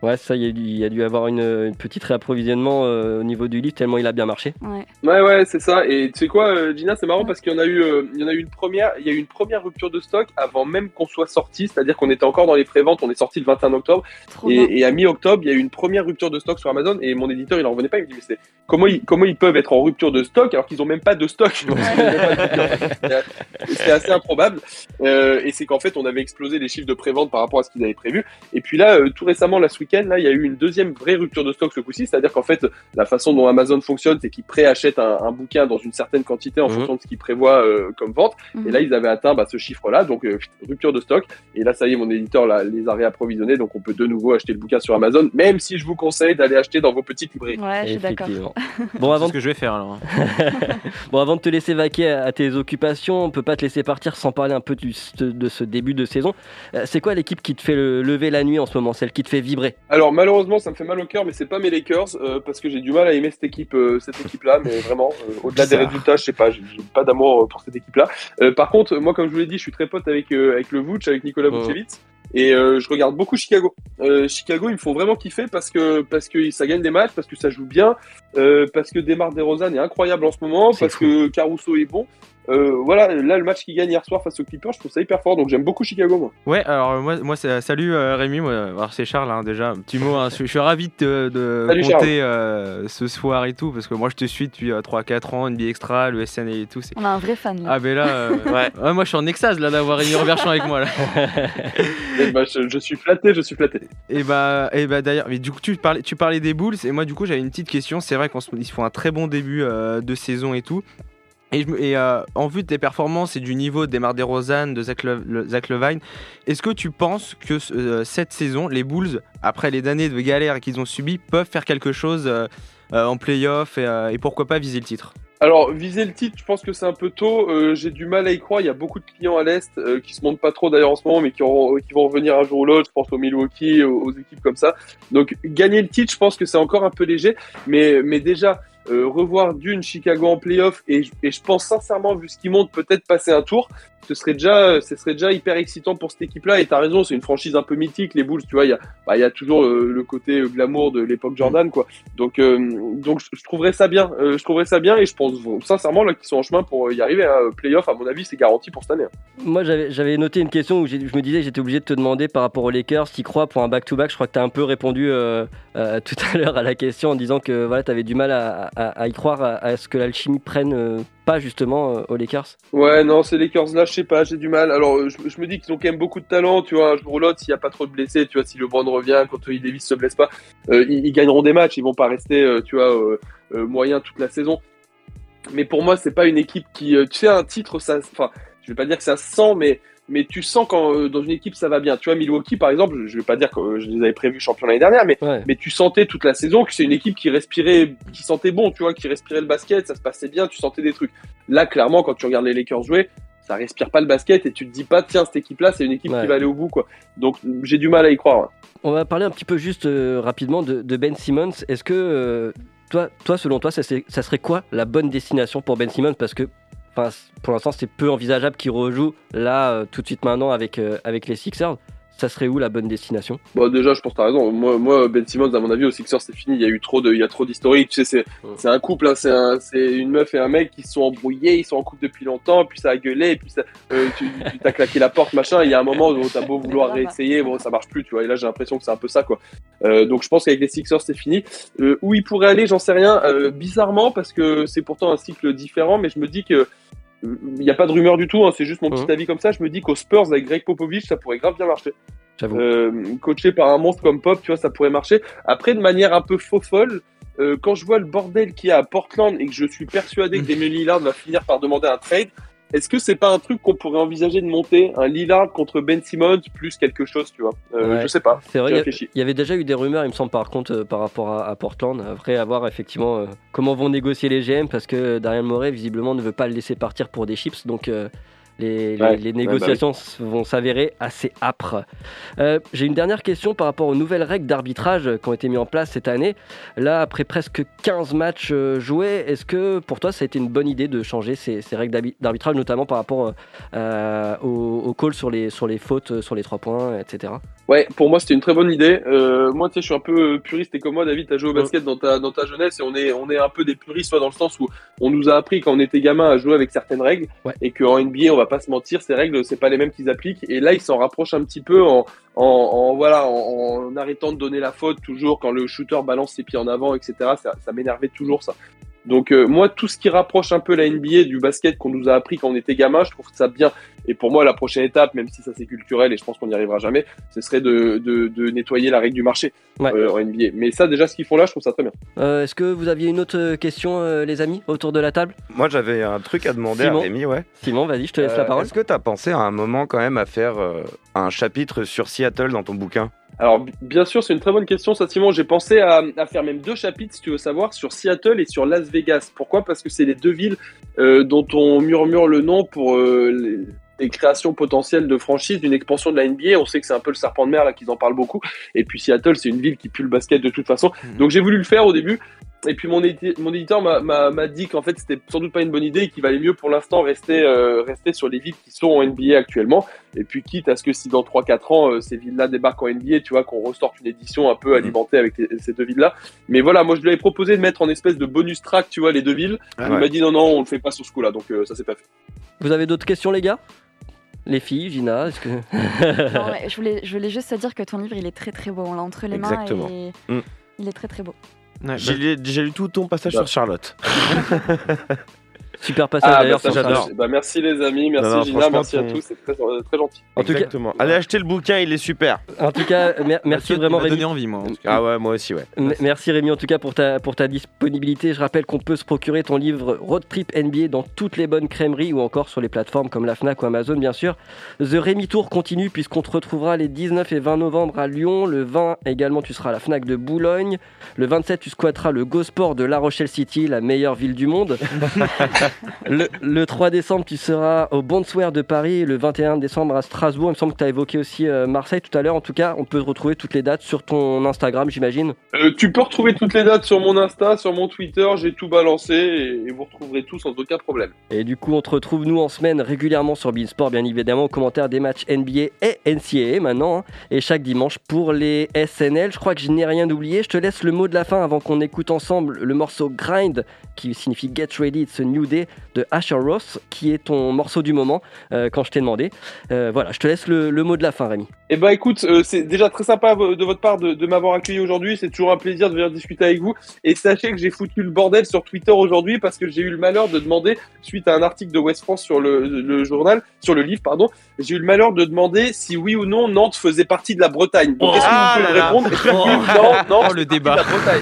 Ouais, ça, il y, a dû- il y a dû avoir une, une petite réapprovisionnement euh, au niveau du livre tellement il a bien marché. Ouais. Ouais, ouais, c'est ça. Et tu sais quoi, euh, Gina, c'est marrant parce qu'il y en a eu, euh, il y en a eu une première, il y a eu une première rupture de stock avant même qu'on soit sorti, c'est-à-dire qu'on était encore dans les préventes, on est sorti le vingt et un octobre, Trop bien. et, et à mi-octobre, il y a eu une première rupture de stock sur Amazon, et mon éditeur, il en revenait pas, il me dit, mais c'est, comment ils, comment ils peuvent être en rupture de stock alors qu'ils ont même pas de stock? C'est assez improbable. Euh, et c'est qu'en fait, on avait explosé les chiffres de prévente par rapport à ce qu'ils avaient prévu. Et puis là, euh, tout récemment, là, ce week-end, là, il y a eu une deuxième vraie rupture de stock ce coup-ci, c'est-à-dire qu'en fait, la façon dont Amazon fonctionne, c'est qu'ils préachètent un, un bouquin dans une certaine quantité en Mhm. fonction de ce qu'ils prévoient euh, comme vente. Mhm. Et là, ils avaient atteint bah, ce chiffre-là, donc euh, rupture de stock. Et là, ça y est, mon éditeur là, les a réapprovisionnés, donc on peut de nouveau acheter le bouquin sur Amazon, même si je vous conseille d'aller acheter dans vos petites librairies. Ouais, je suis d'accord. Effectivement. Bon, C'est avant ce que je vais faire alors. Bon, avant de te laisser vaquer à, à tes occupations, on peut pas te laisser partir sans parler un peu du- de ce début de saison. Euh, c'est quoi l'équipe qui te fait le- lever la nuit en ce moment, celle qui te fait vibrer? Alors malheureusement, ça me fait mal au cœur, mais c'est pas mes Lakers euh, parce que j'ai du mal à aimer cette équipe, euh, cette équipe-là. Mais vraiment, euh, au-delà des Bizarre. résultats, je sais pas, j'ai j'ai pas d'amour euh, pour cette équipe-là. Euh, par contre, moi, comme je vous l'ai dit, je suis très pote avec euh, avec le Vooch, avec Nikola Mhm. Vucevic. Et euh, je regarde beaucoup Chicago. Euh, Chicago, ils me font vraiment kiffer parce que parce que ça gagne des matchs, parce que ça joue bien, euh, parce que DeMar DeRozan est incroyable en ce moment, C'est parce fou. que Caruso est bon. Euh, voilà, là le match qu'ils gagnent hier soir face aux Clippers, je trouve ça hyper fort, donc j'aime beaucoup Chicago moi. Ouais, alors euh, moi, moi c'est, salut euh, Rémi, moi, alors c'est Charles hein, déjà, un petit mot, hein, je, je suis ravi de, te- de Salut, compter euh, ce soir et tout, parce que moi je te suis depuis euh, trois quatre ans, N B A Extra, le S N A et tout. C'est... On a un vrai fan là. Ah ben là, euh, Ouais. ouais, moi je suis en extase là d'avoir Rémi Reverchon avec moi là. Et bah, je, je suis flatté, je suis flatté. Et bah, et bah d'ailleurs, mais du coup tu parlais, tu parlais des Bulls et moi du coup j'avais une petite question. C'est vrai qu'ils font un très bon début euh, de saison et tout. Et, je me- et euh, en vue de tes performances et du niveau de DeMar DeRozan, de Zach, Le- le- Zach Levine, est-ce que tu penses que euh, cette saison, les Bulls, après les années de galère qu'ils ont subies, peuvent faire quelque chose euh, euh, en play-off et, euh, et pourquoi pas viser le titre? Alors, viser le titre, je pense que c'est un peu tôt. Euh, j'ai du mal à y croire. Il y a beaucoup de clients à l'Est euh, qui se montrent pas trop d'ailleurs en ce moment, mais qui, auront- qui vont revenir un jour ou l'autre. Je pense aux Milwaukee, aux, aux équipes comme ça. Donc, gagner le titre, je pense que c'est encore un peu léger. Mais, mais déjà, euh, revoir d'une Chicago en playoff, et, je- et je pense sincèrement, vu ce qu'ils montent, peut-être passer un tour, ce serait déjà, ce serait déjà hyper excitant pour cette équipe-là. Et t'as raison, c'est une franchise un peu mythique, les Bulls. Tu vois, il y a, bah, il y a toujours euh, le côté euh, glamour de l'époque Jordan, quoi. Donc, euh, donc je, je trouverais ça bien. Euh, je trouverais ça bien, et je pense sincèrement là qu'ils sont en chemin pour y arriver. Hein. Playoff, à mon avis, c'est garanti pour cette année. Hein. Moi, j'avais, j'avais noté une question où j'ai- je me disais que j'étais obligé de te demander par rapport aux Lakers, t'y crois pour un back-to-back? Je crois que tu as un peu répondu euh, euh, tout à l'heure à la question en disant que voilà, tu avais du mal à, à- à y croire, à, à ce que l'alchimie prenne euh, pas justement euh, aux Lakers. Ouais, non, ces Lakers là, je sais pas, j'ai du mal. Alors, euh, je, je me dis qu'ils ont quand même beaucoup de talent, tu vois, un jour ou l'autre, s'il y a pas trop de blessés, tu vois, si LeBron revient, quand Anthony Davis se blesse pas, euh, ils, ils gagneront des matchs, ils vont pas rester, euh, tu vois, euh, euh, moyens toute la saison. Mais pour moi, c'est pas une équipe qui, euh, tu sais, un titre, ça, enfin, je vais pas dire que ça se sent, mais mais tu sens quand euh, dans une équipe ça va bien. Tu vois, Milwaukee par exemple, je, je vais pas dire que euh, je les avais prévus champions l'année dernière, mais Ouais. mais tu sentais toute la saison que c'est une équipe qui respirait, qui sentait bon, tu vois, qui respirait le basket, ça se passait bien, tu sentais des trucs. Là, clairement, quand tu regardes les Lakers jouer, ça respire pas le basket et tu te dis pas, tiens, cette équipe-là, c'est une équipe Ouais. qui va aller au bout, quoi. Donc, j'ai du mal à y croire. Ouais. On va parler un petit peu juste euh, rapidement de, de Ben Simmons. Est-ce que euh, toi, toi, selon toi, ça, c'est- ça serait quoi la bonne destination pour Ben Simmons? Parce que enfin, c- pour l'instant, c'est peu envisageable qu'il rejoue là euh, tout de suite maintenant avec, euh, avec les Sixers. Ça serait où la bonne destination? Bon, déjà, je pense que t'as raison. Moi, moi, Ben Simmons, à mon avis, aux Sixers, c'est fini. Il y a eu trop de, il y a trop d'historique. Tu sais, c'est, c'est un couple, hein. C'est un, c'est une meuf et un mec qui se sont embrouillés, ils sont en couple depuis longtemps, puis ça a gueulé, et puis ça, euh, tu, tu t'as claqué la porte, machin. Il y a un moment où t'as beau vouloir réessayer, bon, ça marche plus, tu vois. Et là, j'ai l'impression que c'est un peu ça, quoi. Euh, donc, je pense qu'avec les Sixers, c'est fini. Euh, où il pourrait aller, j'en sais rien. Euh, bizarrement, parce que c'est pourtant un cycle différent, mais je me dis que il n'y a pas de rumeur du tout, hein, c'est juste mon petit Mhm. avis comme ça. Je me dis qu'aux Spurs avec Greg Popovich, ça pourrait grave bien marcher. J'avoue. Euh, coaché par un monstre comme Pop, tu vois, ça pourrait marcher. Après, de manière un peu faux folle, euh, quand je vois le bordel qu'il y a à Portland et que je suis persuadé que Damian Lillard va finir par demander un trade, est-ce que c'est pas un truc qu'on pourrait envisager de monter, un Lillard contre Ben Simmons plus quelque chose, tu vois? Euh, Ouais. Je sais pas. C'est vrai, J'ai il y a- réfléchi. il y avait déjà eu des rumeurs, il me semble, par contre, euh, par rapport à, à Portland. Après, à voir effectivement euh, comment vont négocier les G M, parce que Daryl Morey, visiblement, ne veut pas le laisser partir pour des chips. Donc, euh, Les, Ouais, les, les ouais, négociations vont s'avérer assez âpres. Euh, j'ai une dernière question par rapport aux nouvelles règles d'arbitrage qui ont été mises en place cette année. Là, après presque quinze matchs euh, joués, est-ce que pour toi, ça a été une bonne idée de changer ces, ces règles d'arbi- d'arbitrage, notamment par rapport euh, au, au call sur les, sur les fautes, sur les trois points, et cetera. Ouais, pour moi c'était une très bonne idée. Euh, moi, tu sais, je suis un peu puriste et comme moi, David, t'as joué au basket dans ta dans ta jeunesse et on est on est un peu des puristes, soit dans le sens où on nous a appris quand on était gamin à jouer avec certaines règles Ouais. et qu'en N B A, on va pas se mentir, ces règles c'est pas les mêmes qu'ils appliquent. Et là, ils s'en rapprochent un petit peu en en, en voilà en, en arrêtant de donner la faute toujours quand le shooter balance ses pieds en avant, et cetera. Ça, ça m'énervait toujours ça. Donc euh, moi, tout ce qui rapproche un peu la N B A du basket qu'on nous a appris quand on était gamin, je trouve ça bien. Et pour moi, la prochaine étape, même si ça c'est culturel et je pense qu'on n'y arrivera jamais, ce serait de, de, de nettoyer la règle du marché Ouais. euh, en N B A. Mais ça, déjà, ce qu'ils font là, je trouve ça très bien. Euh, est-ce que vous aviez une autre question, euh, les amis, autour de la table? Moi, j'avais un truc à demander Simon. à Rémi, ouais. Simon, vas-y, je te laisse Euh, la parole. Est-ce que tu as pensé à un moment quand même à faire euh, un chapitre sur Seattle dans ton bouquin? Alors, b- bien sûr, c'est une très bonne question, ça, Simon. J'ai pensé à, à faire même deux chapitres, si tu veux savoir, sur Seattle et sur Las Vegas. Pourquoi? Parce que c'est les deux villes euh, dont on murmure le nom pour euh, les, les créations potentielles de franchises, d'une expansion de la N B A. On sait que c'est un peu le serpent de mer, là, qu'ils en parlent beaucoup. Et puis Seattle, c'est une ville qui pue le basket de toute façon. Donc j'ai voulu le faire au début. Et puis mon, édi- mon éditeur m'a- m'a m'a dit qu'en fait, c'était sans doute pas une bonne idée et qu'il valait mieux pour l'instant rester, euh, rester sur les villes qui sont en N B A actuellement. Et puis quitte à ce que si dans trois quatre ans, euh, ces villes-là débarquent en N B A, tu vois, qu'on ressorte une édition un peu alimentée avec les- ces deux villes-là. Mais voilà, moi je lui avais proposé de mettre en espèce de bonus track, tu vois, les deux villes. Ah Il ouais. m'a dit non, non, on le fait pas sur ce coup-là. Donc euh, ça s'est pas fait. Vous avez d'autres questions, les gars? Les filles, Gina, est-ce que... Non, ouais, je, voulais, je voulais juste te dire que ton livre, il est très très beau. On l'a entre les Exactement. mains et Mm. il est très très beau. Ouais, J'ai lu- j'ai lu tout ton passage Bah. sur Charlotte. Super passage Ah, d'ailleurs. bah, ça, sur j'adore. Charlotte. Bah, merci les amis, merci Non, non, Gina, franchement, merci à ton- tous, c'est très, euh, très gentil. En tout cas, Exactement. Allez acheter le bouquin, il est super. en tout cas, mer- merci Ça vraiment m'a Rémi. donné envie, moi. en tout cas. Ah ouais, moi aussi, ouais. M- Merci Rémi en tout cas pour ta, pour ta disponibilité. Je rappelle qu'on peut se procurer ton livre Road Trip N B A dans toutes les bonnes crèmeries ou encore sur les plateformes comme la Fnac ou Amazon bien sûr. The Rémi Tour continue puisqu'on te retrouvera les dix-neuf et vingt novembre à Lyon. Le vingt également tu seras à la Fnac de Boulogne. Le vingt-sept tu squatteras le Go-Sport de La Rochelle City, la meilleure ville du monde. le, le trois décembre tu seras au Bonsoir de Paris. Et le vingt et un décembre à Strasbourg. Il me semble que tu as évoqué aussi euh, Marseille tout à l'heure. En tout cas on peut retrouver toutes les dates sur ton Instagram j'imagine. Euh, tu peux retrouver toutes les dates sur mon Insta, sur mon Twitter, j'ai tout balancé et, et vous retrouverez tout sans aucun problème. Et du coup, on te retrouve nous en semaine régulièrement sur Beansport, bien évidemment, aux commentaires des matchs N B A et N C A A maintenant, hein, et chaque dimanche pour les S N L. Je crois que je n'ai rien oublié. Je te laisse le mot de la fin avant qu'on écoute ensemble le morceau Grind, qui signifie Get Ready, It's a New Day de Asher Ross, qui est ton morceau du moment euh, quand je t'ai demandé. Euh, voilà, je te laisse le, le mot de la fin, Rémi. Eh ben écoute, euh, c'est déjà très sympa de votre part de, de m'avoir accueilli aujourd'hui, c'est toujours un plaisir de venir discuter avec vous. Et sachez que j'ai foutu le bordel sur Twitter aujourd'hui parce que j'ai eu le malheur de demander, suite à un article de West France sur le, le journal, sur le livre, pardon, j'ai eu le malheur de demander si oui ou non Nantes faisait partie de la Bretagne. Donc Oh, est-ce que ah vous pouvez là me là. répondre? Est-ce que Oh. oui ou non, Nantes Oh, le fait partie débat. de la Bretagne.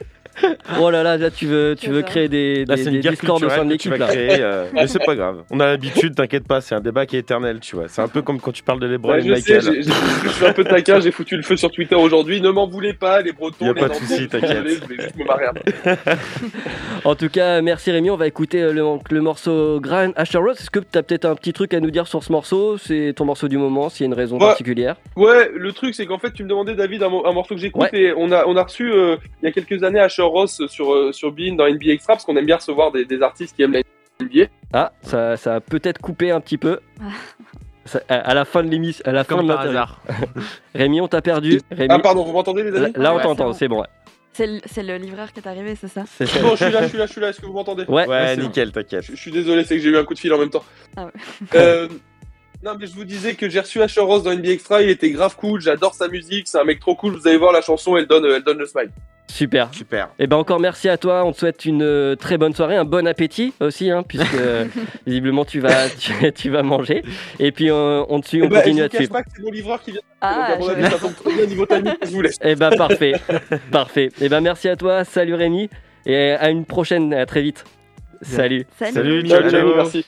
Oh là là, là tu veux, tu veux créer des, Là, des, c'est des une guerre discords au sein de culturelle que tu l'équipe vas là. créer, euh, mais c'est pas grave. On a l'habitude, t'inquiète pas, c'est un débat qui est éternel, tu vois. C'est un peu comme quand tu parles de l'hébreu Ouais, et de je sais, Michael. j'ai- j'ai- je suis un peu taquin, j'ai foutu le feu sur Twitter aujourd'hui. Ne m'en voulez pas, les Bretons, Y a les pas de Nantais, souci, je suis t'inquiète. désolé, je voulais juste me marrer un peu. En tout cas, merci Rémi. On va écouter euh, le, le morceau Grind Asher Ross. Est-ce que tu as peut-être un petit truc à nous dire sur ce morceau? C'est ton morceau du moment, s'il y a une raison Ouais. particulière. Ouais, le truc c'est qu'en fait tu me demandais David un, mo- un morceau que j'écoute Ouais. et on a on a reçu euh, il y a quelques années Asher Ross sur euh, sur Bein dans N B A Extra parce qu'on aime bien recevoir des, des artistes qui aiment la N B A. Ah, ça, ça a peut-être coupé un petit peu. Ça- à, à la fin de l'émission, à la fin Comme de par l'interview. hasard. Rémi, on t'a perdu. Rémi, Ah pardon, vous m'entendez les là, amis? là, on Ouais, t'entend, c'est c'est bon. ouais. C'est le, c'est le livreur qui est arrivé, c'est ça? C'est ça. Bon, je suis là, je suis là, je suis là. Est-ce que vous m'entendez? Ouais, Ouais, c'est bon. nickel, t'inquiète. Je, je suis désolé, c'est que j'ai eu un coup de fil en même temps. Ah ouais. Euh, non mais je vous disais que j'ai reçu Asher Ross dans N B A Extra, il était grave cool, j'adore sa musique, c'est un mec trop cool. Vous allez voir la chanson, elle donne elle donne le smile. Super. Super. Et ben encore merci à toi. On te souhaite une euh, très bonne soirée, un bon appétit aussi, hein, puisque euh, visiblement tu vas, tu, tu vas manger. Et puis euh, on te suit, on Eh ben, continue je à vous te cache suivre. pas que c'est mon livreur qui vient. Ah, Donc, à mon je- avis, ça tombe très bien niveau timing, je vous laisse. Et ben parfait, parfait. Et ben merci à toi. Salut Rémi et à une prochaine. À très vite. Salut. Salut. Salut, Ciao, ciao. ciao, merci.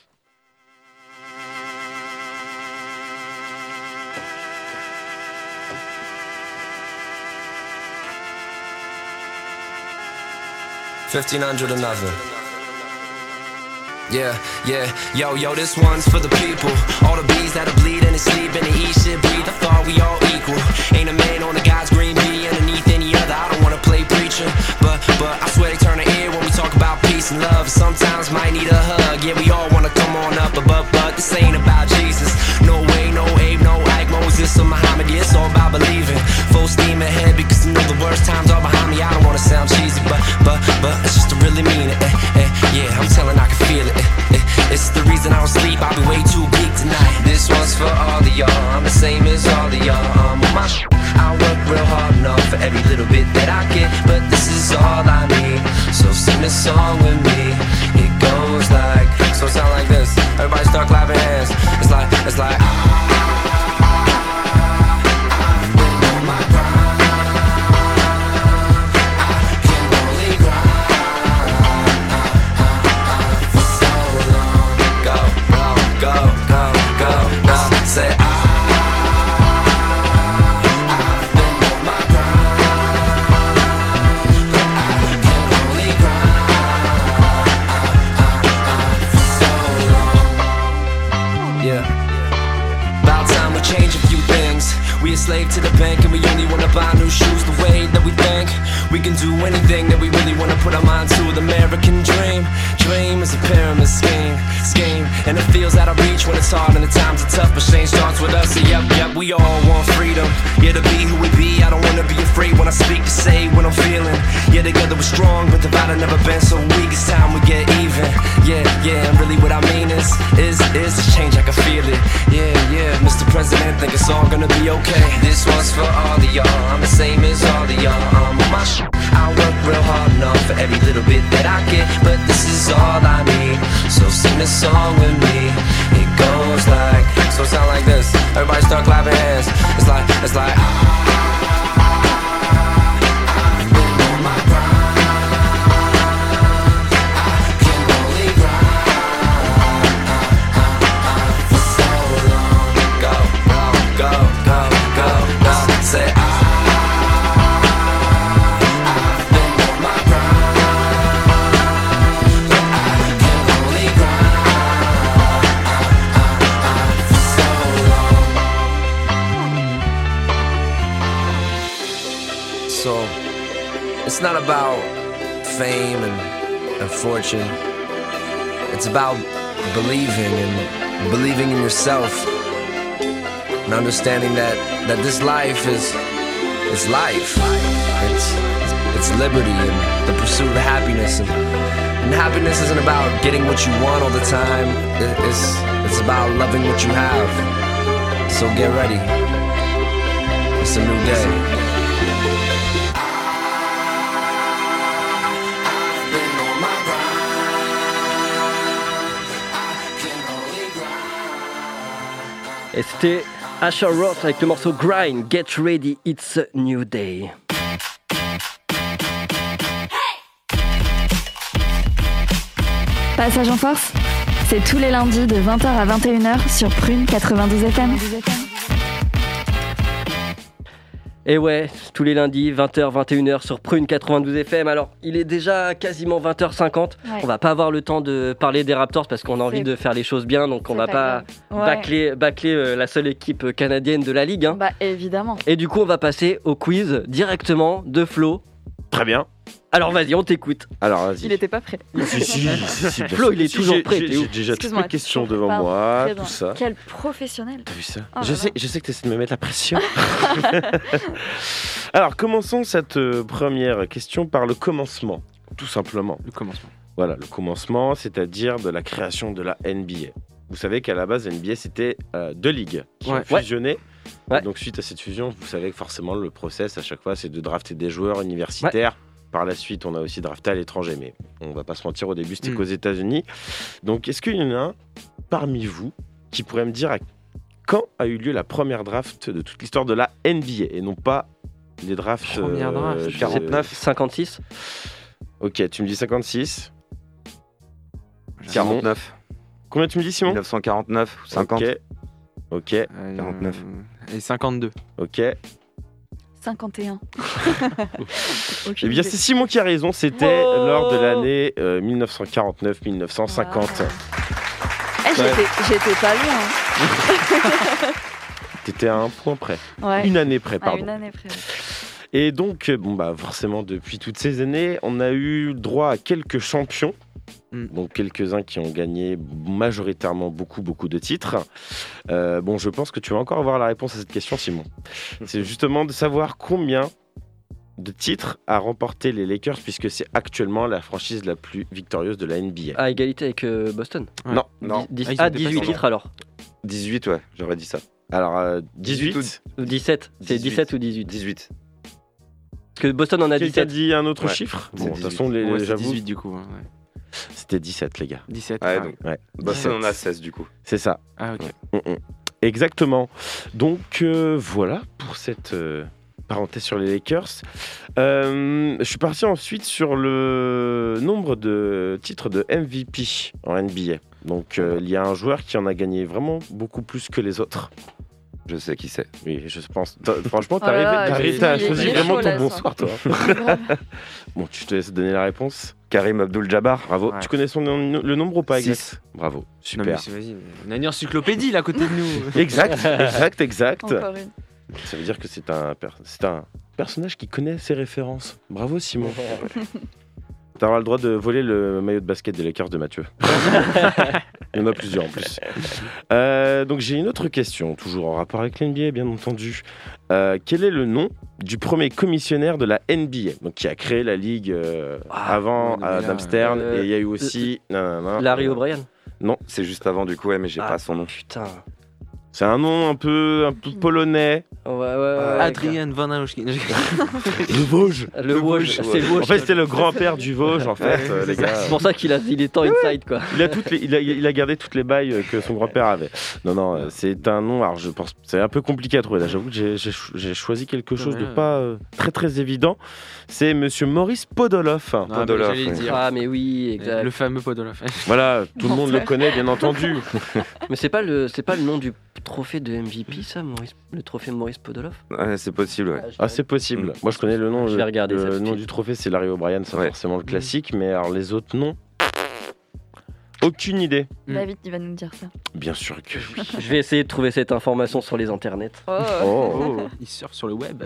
fifteen hundred another. Yeah, yeah, yo, yo, this one's for the people. All the bees that'll bleed and they sleep and they eat shit, breathe. I thought we all equal. Ain't a man on the God's green bee underneath any other. I don't wanna play preacher, but, but I swear they turn their ear when we talk about peace and love. Sometimes might need a hug. Yeah, we all wanna come on up above, but this ain't about Jesus. No way, no Abe, no Ike, Moses or Muhammad. Yeah, it's all about believing. Full steam ahead because you know the worst times are behind me. I don't wanna sound cheesy, but, but, but it's just to really mean it. Eh, eh, yeah, I'm telling, I can feel it. It's the reason I don't sleep, I'll be way too geek tonight. This one's for all of y'all, I'm the same as all of y'all. I'm on my sh- I work real hard enough for every little bit that I get, but this is all I need. So sing this song with me. It goes like, so it sound like this. Everybody start clapping hands. It's like, it's like slave to the bank and we only wanna buy new shoes. The way that we think we can do anything that we really wanna put our mind to. The American dream, dream is a pyramid scheme, scheme, and it feels out of reach when it's hard and the times are tough. But change starts with us. So yep, yep, we all want freedom. Yeah, to be who we be. I don't wanna be afraid when I speak to say what I'm feeling. Yeah, together we're strong, but divided never been so weak. It's time we get even. Yeah, yeah, and really what I mean is, is, is this change. I can feel it. Yeah, yeah, Mister President, think it's all gonna be okay. This one's for all of y'all, I'm the same as all of y'all. I'm on my sh- I work real hard enough for every little bit that I get, but this is all I need. So sing this song with me. It goes like, so it sound like this. Everybody start clapping hands. It's like, it's like it's not about fame and, and fortune. It's about believing and believing in yourself and understanding that, that this life is, is life. It's, it's liberty and the pursuit of happiness. And, and happiness isn't about getting what you want all the time. It, it's, it's about loving what you have. So get ready. It's a new day. Et c'était Asher Roth avec le morceau Grind, Get Ready, It's a New Day. Passage en force, c'est tous les lundis de vingt heures à vingt et une heures sur Prune quatre-vingt-douze F M. Et ouais, tous les lundis, vingt heures, vingt et une heures sur Prune quatre-vingt-douze F M. Alors, il est déjà quasiment vingt heures cinquante. Ouais. On va pas avoir le temps de parler des Raptors parce qu'on a envie c'est... de faire les choses bien. Donc, on va pas, pas ouais. bâcler, bâcler euh, la seule équipe canadienne de la Ligue. Hein. Bah, évidemment. Et du coup, on va passer au quiz directement de Flo. Très bien. Alors vas-y, on t'écoute. Alors vas-y. Il était pas prêt. Si, si, si, si, Flo, il est toujours j'ai, prêt. J'ai, j'ai déjà toutes les questions devant Pardon, moi, tout ça. Quel professionnel. T'as vu ça oh, je, sais, je sais que tu essaies de me mettre la pression. Alors commençons cette euh, première question par le commencement, tout simplement. Le commencement. Voilà, le commencement, c'est-à-dire de la création de la N B A. Vous savez qu'à la base, la N B A, c'était euh, deux ligues qui ouais. ont fusionné. Ouais. Donc suite à cette fusion, vous savez que forcément le process à chaque fois, c'est de drafter des joueurs universitaires. Ouais. Par la suite, on a aussi drafté à l'étranger, mais on va pas se mentir, au début, c'était mmh. qu'aux États-Unis. Donc, est-ce qu'il y en a un parmi vous qui pourrait me dire à quand a eu lieu la première draft de toute l'histoire de la N B A et non pas les drafts première draft, euh, quarante-neuf, cinquante-six. Ok, tu me dis cinquante-six. quarante-neuf. Combien tu me dis, Simon? mille neuf cent quarante-neuf, cinquante. Ok. Ok. Euh, quarante-neuf. Et cinquante-deux. Ok. cinquante et un. Eh bien, c'est Simon qui a raison. C'était Oh. lors de l'année euh, dix-neuf cent quarante-neuf dix-neuf cent cinquante. Eh, j'étais, j'étais pas loin. T'étais à un point près. Ouais. Une année près, À pardon. une année près. Et donc, euh, bon, bah, forcément, depuis toutes ces années, on a eu droit à quelques champions. Mm. Donc, quelques-uns qui ont gagné majoritairement beaucoup, beaucoup de titres. Euh, bon, je pense que tu vas encore avoir la réponse à cette question, Simon. C'est justement de savoir combien de titres a remporté les Lakers, puisque c'est actuellement la franchise la plus victorieuse de la N B A. À égalité avec euh, Boston. Ouais. Non, Non. Dix- Ah, ils ont ah, dépassé. dix-huit titres alors. dix-huit, ouais, j'aurais dit ça. alors euh, dix-huit. dix-huit Ou dix-sept. C'est dix-huit. dix-sept ou dix-huit. dix-huit. Parce que Boston en a Qui t'a dix-sept. dit un autre Ouais. chiffre? C'est Bon, de toute dix-huit. façon, les, Ouais, c'est j'avoue, dix-huit du coup. hein, ouais. c'était dix-sept, les gars. dix-sept. Ouais, ah, donc Ouais. Boston dix-sept. en a seize du coup. C'est ça. Ah, ok. Mm, mm. Exactement. Donc euh, voilà pour cette euh, parenthèse sur les Lakers. Euh, je suis parti ensuite sur le nombre de titres de M V P en N B A. Donc euh, il y a un joueur qui en a gagné vraiment beaucoup plus que les autres. Je sais qui c'est. Oui, je pense. t'as- Franchement, Oh là là, t'arrives t'arrives- il est- t'as il est- choisi il est vraiment chaud, ton là, ça. bonsoir, toi. Bon, tu te laisses donner la réponse. Karim Abdul-Jabbar. Bravo. Ouais. Tu connais son nom- le nombre ou pas exact? Six. Bravo. Non, mais Super. c'est- vas-y, on a une encyclopédie là à côté de nous. Exact, exact, exact. Encore une. Ça veut dire que c'est un, per- c'est un personnage qui connaît ses références. Bravo Simon. Tu auras le droit de voler le maillot de basket des Lakers de Mathieu. Il y en a plusieurs en plus. Euh, donc j'ai une autre question, toujours en rapport avec l'N B A bien entendu. Euh, quel est le nom du premier commissionnaire de la N B A, donc qui a créé la ligue euh, Ah, avant ouais, non, mais Adam là, Stern, euh, et il y a eu aussi... non, non, non. Larry O'Brien. C'est juste avant du coup, ouais, mais j'ai Ah. pas son nom. Putain. C'est un nom un peu, un peu polonais. Ouais, ouais, ouais. Adrian Van Alojkin. Le Vosges. Le Vosges. Vosges, C'est ouais. le Vosges. En fait, c'était le grand-père du Vosges, en fait, euh, les gars. C'est pour ça qu'il a, il est tant inside quoi. Il a, toutes les- il, a, il a gardé toutes les bails euh, que son grand-père avait. Non, non, euh, c'est un nom, alors je pense, c'est un peu compliqué à trouver. Là, j'avoue que j'ai, j'ai cho- j'ai choisi quelque chose de Ouais. pas euh, très très évident. C'est Monsieur Maurice Podoloff. Ah, bah, Podoloff, j'allais le ouais. dire. Ah mais oui, exact. Le fameux Podoloff. Voilà, tout le monde le Menteur. connaît, bien entendu. Mais c'est pas le, c'est pas le nom du trophée de M V P ça, Maurice, le trophée Maurice Podoloff. Ouais, c'est possible, ouais. Ah, c'est possible. Mm. Moi, je connais le nom. Je vais le- regarder ça le tout de nom suite. du trophée, c'est Larry O'Brien, c'est Ouais. forcément le classique, mais alors les autres noms. Aucune idée. Mm. David, il va nous dire ça. Bien sûr que oui. Je vais essayer de trouver cette information sur les internets. Oh. Oh. Oh, il surfe sur le web.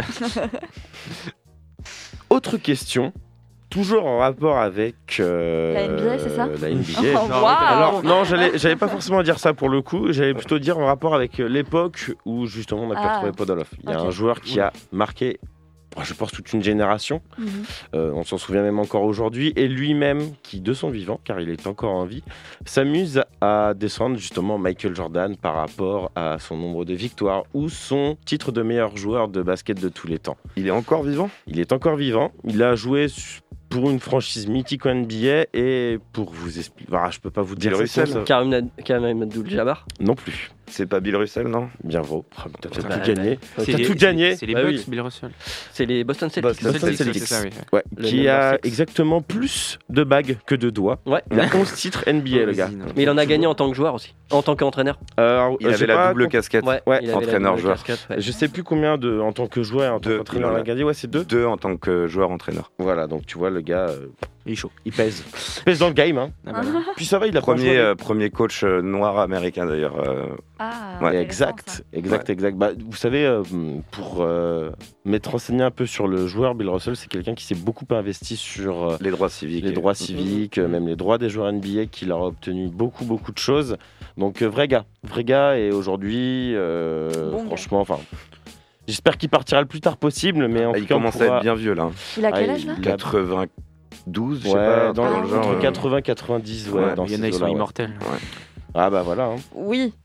Autre question, toujours en rapport avec euh, La N B A, c'est ça la N B A. Oh, Non, waouh. Alors non, j'allais, j'allais pas forcément dire ça pour le coup. J'allais plutôt dire en rapport avec euh, l'époque où justement on a pu Ah. retrouver Podoloff. Il y a Ok. un joueur qui a marqué, oh, je pense, toute une génération. Mhm. Euh, on s'en souvient même encore aujourd'hui. Et lui-même, qui de son vivant, car il est encore en vie, s'amuse à descendre justement Michael Jordan par rapport à son nombre de victoires ou son titre de meilleur joueur de basket de tous les temps. Il est encore vivant? Il est encore vivant. Il a joué su- pour une franchise mythique en N B A et pour vous expliquer, voilà, je peux pas vous dire Bill c'est Russell. quoi, Karim, Nad- Karim Abdul-Jabbar. non plus. C'est pas Bill Russell, non? Bien vrai. Oh, T'as t'as Bah, tout gagné. bah, T'as les- tout gagné. C'est les Bah Bucks, oui. Bill Russell. C'est les Boston Celtics. Boston Boston Celtics. Celtics. C'est ça, oui. Ouais, Le qui number a six. exactement plus de bagues que de doigts. Ouais. Il a onze titres N B A, le gars. Vas-y, non. Mais il en a gagné en tant que joueur aussi, en tant qu'entraîneur. Alors, Il euh, avait j'ai la pas double compte- casquette. Ouais, Ouais, il avait la entraîneur, double joueur. casquette, ouais. Je sais plus combien de en tant que joueur et en tant Deux. qu'entraîneur Il en il a- a gagné. Ouais, c'est deux. Deux en tant que joueur-entraîneur. Voilà, donc tu vois, le gars, euh, Il est chaud. il pèse. Il pèse dans le game, hein. Ah, bah, là. Puis ça va, il a pas Premier, joué. euh, premier coach euh, noir américain d'ailleurs. euh, Ah, Ouais, intéressant, Exact, ça. exact, exact. Bah, vous savez, euh, pour euh, m'être renseigné un peu sur le joueur, Bill Russell, c'est quelqu'un qui s'est beaucoup investi sur euh, les droits civiques. les droits civiques, euh, même les droits des joueurs N B A, qu'il a obtenu beaucoup, beaucoup de choses. Donc, euh, vrai gars, vrai gars, et aujourd'hui, euh, Bon gars. franchement, enfin, j'espère qu'il partira le plus tard possible, mais en Ah, tout il cas, on commence à pourra- être bien vieux là. Il a quel Ah, âge là il a- quatre-vingt-douze, je sais Ouais, pas. dans, dans Ah, le oui. genre. entre euh, quatre-vingts quatre-vingt-dix, ouais, Ouais, dans Il y en ces a, ils sont eaux-là, ouais. immortels. Ah bah voilà, hein. Oui,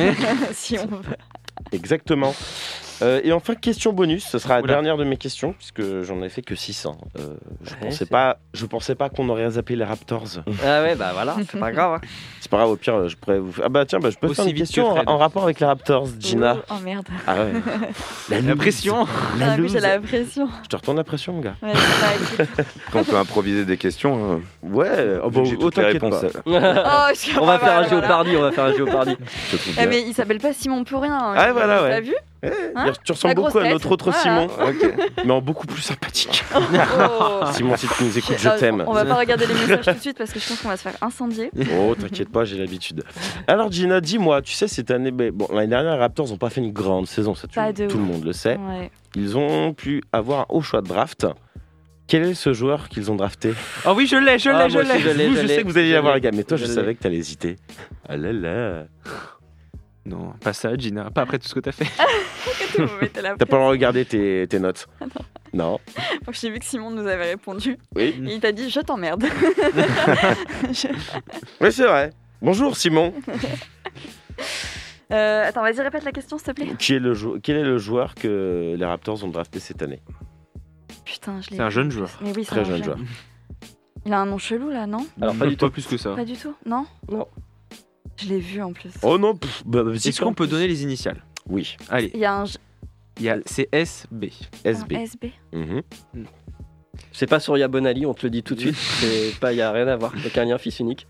si on veut. Exactement. Euh, et enfin, question bonus, ce sera la Oula. dernière de mes questions, puisque j'en ai fait que six. Hein. Euh, je, Ouais, pensais c'est- pas, je pensais pas qu'on aurait zappé les Raptors. Ah ouais, bah voilà, c'est pas grave. hein. C'est pas grave, au pire, je pourrais vous faire... Ah bah tiens, bah, je peux Aussi faire une vite question que en, Fred. en rapport avec les Raptors, Gina. Oh, oh, merde. Ah ouais. La, La loose. pression. La Ah, oui, loose. j'ai la pression. Je te retourne la pression, mon gars. Ouais, c'est pas écoute. Quand on peut improviser des questions. euh, Ouais, oh, vu bah, que j'ai oh, toutes les t'inquiète réponses. pas. euh, Oh, je On va comprends faire pas, un voilà. géopardy, on va faire un géopardy. Je te trouve Eh, bien. mais il s'appelle pas Simon pour rien. hein. Ah, voilà, ouais. T'as vu? Eh, Hein tu ressembles La grosse beaucoup à tête, notre autre voilà. Simon, mais en beaucoup plus sympathique. Oh. Simon, si tu nous écoutes, je Euh, t'aime. On va pas regarder les messages tout de suite parce que je pense qu'on va se faire incendier. Oh, t'inquiète pas, j'ai l'habitude. Alors Gina, dis-moi, tu sais, cette année, ben, bon, l'année dernière, les Raptors n'ont pas fait une grande saison, ça, tu- Pas de tout ouf. le monde le sait. Ouais. Ils ont pu avoir un haut choix de draft. Quel est ce joueur qu'ils ont drafté? Oh oui, je l'ai, je Ah, l'ai, je moi aussi, l'ai. je l'ai. Vous, je sais que vous alliez je avoir l'ai. un gars, mais toi, je, Je l'ai. savais que t'allais hésiter. Ah là là. Non, pas ça, Gina. Pas après tout ce que t'as fait. Arrêtez, vous mettez la T'as pas le droit de regarder tes, tes notes. Non. Moi, j'ai vu que Simon nous avait répondu. Oui. Et il t'a dit je t'emmerde. Je- Oui, c'est vrai. Bonjour Simon. Euh, attends, vas-y, répète la question s'il te plaît. Qui est le jou- Quel est le joueur que les Raptors ont drafté cette année? Putain, je l'ai C'est un vu. jeune joueur. Mais oui, c'est Très un jeune joueur. Il a un nom chelou là, non? Alors, pas du tout. Pas plus que ça. Pas du tout, non? Non. Je l'ai vu en plus. Oh non. pff, bah, bah, si, Est-ce qu'on peut donner les initiales? Oui. Allez, Il y a un, J- il y a c'est S B. S un B. S B. Mhm. C'est pas Surya Bonali, on te le dit tout de suite. C'est pas, y a rien à voir. Aucun lien fils unique.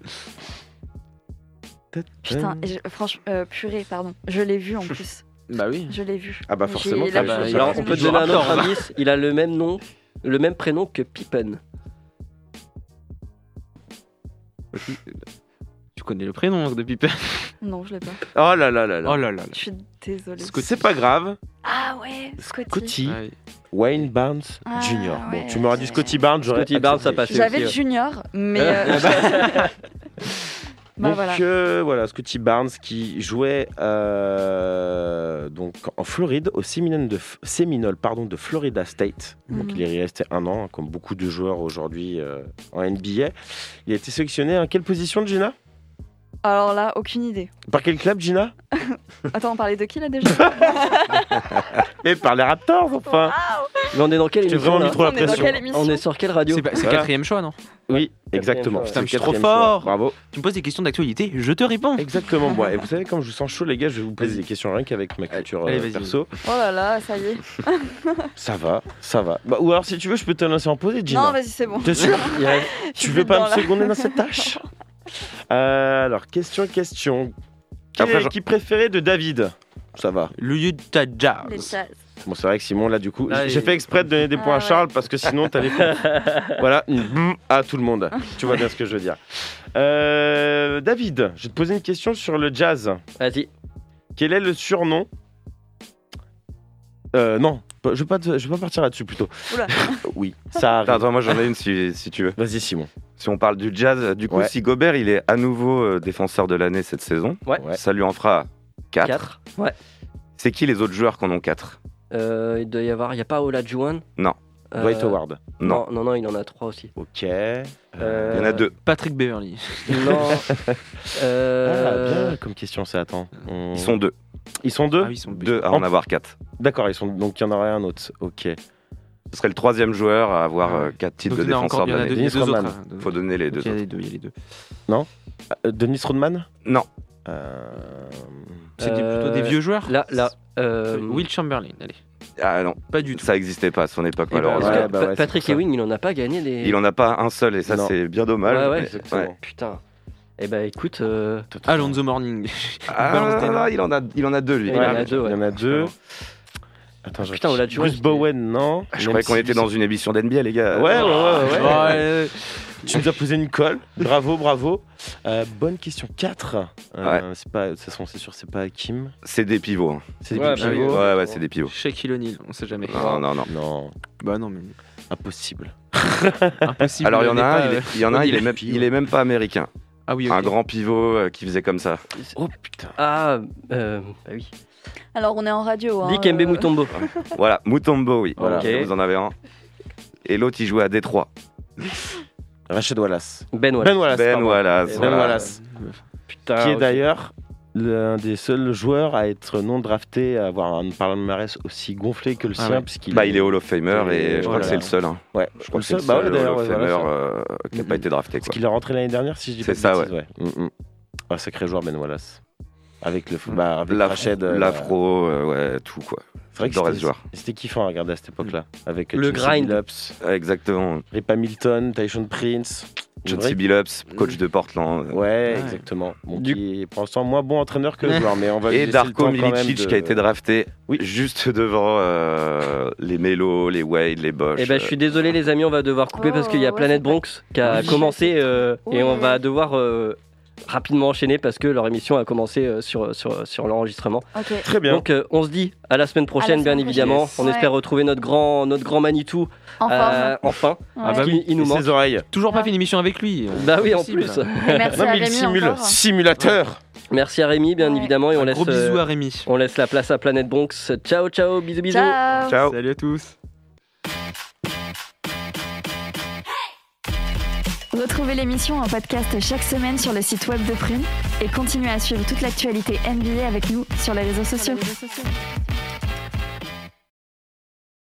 Putain, et je- franchement, euh, purée, pardon. Je l'ai vu en plus. Bah oui. Je l'ai vu. Ah bah J'ai forcément, la t'as- photo bah, sur Alors, le on peut te téléphone. donner un autre Raptor. indice. Il a le même nom, le même prénom que Pippen. Tu connais le prénom de Pippen? Non, je l'ai pas. Oh là là là là. Oh là là là. Je suis désolée. C'est pas grave. Ah ouais, Scotty. Scotty. Ouais. Wayne Barnes Ah, Junior Bon, ouais. tu m'auras dit Scotty Barnes, j'aurais Scotty Barnes, ça accepté. passe. J'avais aussi, le ouais. junior, mais. euh, bah Donc voilà. euh, voilà, Scotty Barnes qui jouait euh, donc en Floride au Seminole de, Seminole, pardon, de Florida State. Donc Mhm. il est resté un an, comme beaucoup de joueurs aujourd'hui euh, en N B A. Il a été sélectionné en quelle position, Gina? Alors là, aucune idée. Par quel club, Gina? Attends, on parlait de qui là déjà? Et par les Raptors, enfin. Mais on est dans quelle J'ai émission vraiment là mis trop la On est dans pression. quelle émission? On est sur quelle radio C'est pas- c'est Voilà. quatrième choix, non? Oui, exactement. choix, C'est ouais. le Je suis trop quatrième choix. fort. Bravo. Tu me poses des questions d'actualité, je te réponds. Exactement. Bon, et vous savez, comme je vous sens chaud, les gars, je vais vous poser des questions rien qu'avec ma culture Allez, euh, vas-y. perso. Oh là là, ça y est. Ça va, ça va. Bah, ou alors, si tu veux, je peux te lancer en poser, Gina. Non, vas-y, c'est bon. T'es sûr? Il reste- Je Tu suis veux pas dedans, me là. seconder dans cette tâche? Euh, Alors, question, question. Quelle Après, est je- l'équipe préférée de David? Ça va. Le Utah Les Jazz. Jazz. Bon, c'est vrai que Simon, là, du coup, Allez. j'ai fait exprès de donner des points Ah à Charles ouais. parce que sinon, t'allais. Voilà, une boum à tout le monde. Tu vois bien ce que je veux dire. Euh, David, je vais te poser une question sur le jazz. Vas-y. Quel est le surnom euh, Non, je vais pas, te- je vais pas partir là-dessus plutôt. Oula. Oui, ça arrive. Attends, attends, moi j'en ai une si, si tu veux. Vas-y, Simon. Si on parle du jazz, du coup, Ouais. si Gobert il est à nouveau euh, défenseur de l'année cette saison, Ouais. Ouais. ça lui en fera quatre. quatre. Ouais. C'est qui les autres joueurs qui en ont quatre? Euh, il doit y avoir. Il n'y a pas Olajuwon? Non. Euh, Dwight Howard. Non. Non, non, non, il en a trois aussi. Ok. Euh, Il y en a deux. Patrick Beverly. Non. Ah, Euh, bien comme question, ça. Attends. On- Ils sont deux. Ils sont deux Ah oui, ils sont Deux à en avoir quatre. D'accord, ils sont donc il y en aurait un autre. Ok. Ce serait le troisième joueur à avoir Ah ouais. euh, quatre titres Donc, de il y en a défenseur encore- de il y en a l'année. deux, il y a Dennis deux autres. Rodman. hein, deux Faut autres. donner les deux Ok, il y a autres. les deux, il y a les deux. Euh, Dennis Rodman Non. Euh, C'est des- Euh, plutôt des vieux joueurs. Là, là. euh, Will Chamberlain, allez. Ah non, Pas du tout. ça n'existait pas à son époque, eh ben, malheureusement. parce Ouais, que bah Pa- ouais, c'est Patrick pour ça. Ewing, il en a pas gagné des. Il en a pas un seul et ça Non. c'est bien dommage. Ouais, ouais, mais- exactement. ouais. Putain. Eh ben, écoute. euh, Alonso Morning. Ah, Balance des noms. il en a, il en a deux lui. il y en a deux, ouais. Il y en a deux. Attends, je Putain, Olajuwon, Bruce c'était- Bowen, non. Je croyais qu'on était dans une émission d'N B A les gars. Ouais, ouais, ouais, ouais. Ouais. Tu nous as posé une colle. Bravo, bravo. Euh, bonne question. quatre. Euh, C'est pas, de toute façon, c'est sûr, c'est pas Hakim. C'est des pivots. hein. C'est Ouais, du bah oui. pivot. Ouais, ouais, c'est des pivots. Shaquille O'Neal, on sait jamais. Non, non, non. Non, Bah non, mais impossible. impossible. Alors il y en a un, n'est il pas, est, il y en a un, il est O'Neal. même, il est même pas américain. Ah oui, Un ok. grand pivot euh, qui faisait comme ça. Oh putain. Ah, euh, bah oui. Alors, on est en radio. Hein, Dikembe euh, Mutombo. Voilà, Mutombo, oui. Voilà. Ok. Vous en avez un. Et l'autre, il jouait à Détroit. Rachid Wallace. Ben Wallace. Ben Wallace. Ben pardon. Wallace. Ben voilà. Wallace. Putain. Qui est ok. d'ailleurs l'un des seuls joueurs à être non drafté, à avoir un palmarès aussi gonflé que le Ah sien. ouais. puisqu'il Bah, il est Hall of Famer Il est- et je crois voilà. que c'est le seul. hein. Ouais, Je crois le que c'est le seul. Bah seul ouais, Hall d'ailleurs, of ouais, Famer voilà, euh, qui n'a pas été drafté. Parce Quoi. qu'il est rentré l'année dernière, si je dis pas C'est ça, de bêtises, ouais. Mm, mm. Un sacré joueur, Ben Wallace. Avec le bah, avec L'afro, Rached, euh, l'afro, euh, ouais, tout quoi. C'est vrai que J'adorais c'était- ce joueur. C'était kiffant à regarder à cette époque-là. Avec Le Chauncey grind. Billups, Exactement. Rip Hamilton, Tyson Prince. Chauncey Billups, coach de Portland. Ouais, ouais. exactement. Bon, Du... qui est pour l'instant moins bon entraîneur que joueur, mais on va. Et Darko Milicic de... qui a été drafté oui. juste devant euh, les Melo, les Wade, les Bosch. Eh ben, je suis désolé les amis, on va devoir couper oh, parce qu'il y a ouais, Planète Bronx qui a oui. commencé euh, oui. et on va devoir euh, rapidement enchaîner parce que leur émission a commencé euh, sur, sur, sur l'enregistrement. Okay. Très bien. Donc euh, on se dit à la semaine prochaine, bien semaine évidemment. Prochaine. On ouais. espère retrouver notre grand, notre grand Manitou. Enfin. Euh, enfin. Ouais. Ah bah oui, il nous manque. Ses oreilles. Toujours pas fait une émission avec lui. Bah oui, en plus. Et merci non, à mais Rémi il simule. encore. Simulateur. Merci à Rémi, bien ouais. évidemment. Et on Un laisse, gros bisous euh, à Rémi. On laisse la place à Planète Bronx. Ciao, ciao, bisous, bisous. Ciao. Ciao. Salut à tous. Retrouvez l'émission en podcast chaque semaine sur le site web de Prune et continuez à suivre toute l'actualité N B A avec nous sur les réseaux sociaux. Sur les réseaux sociaux.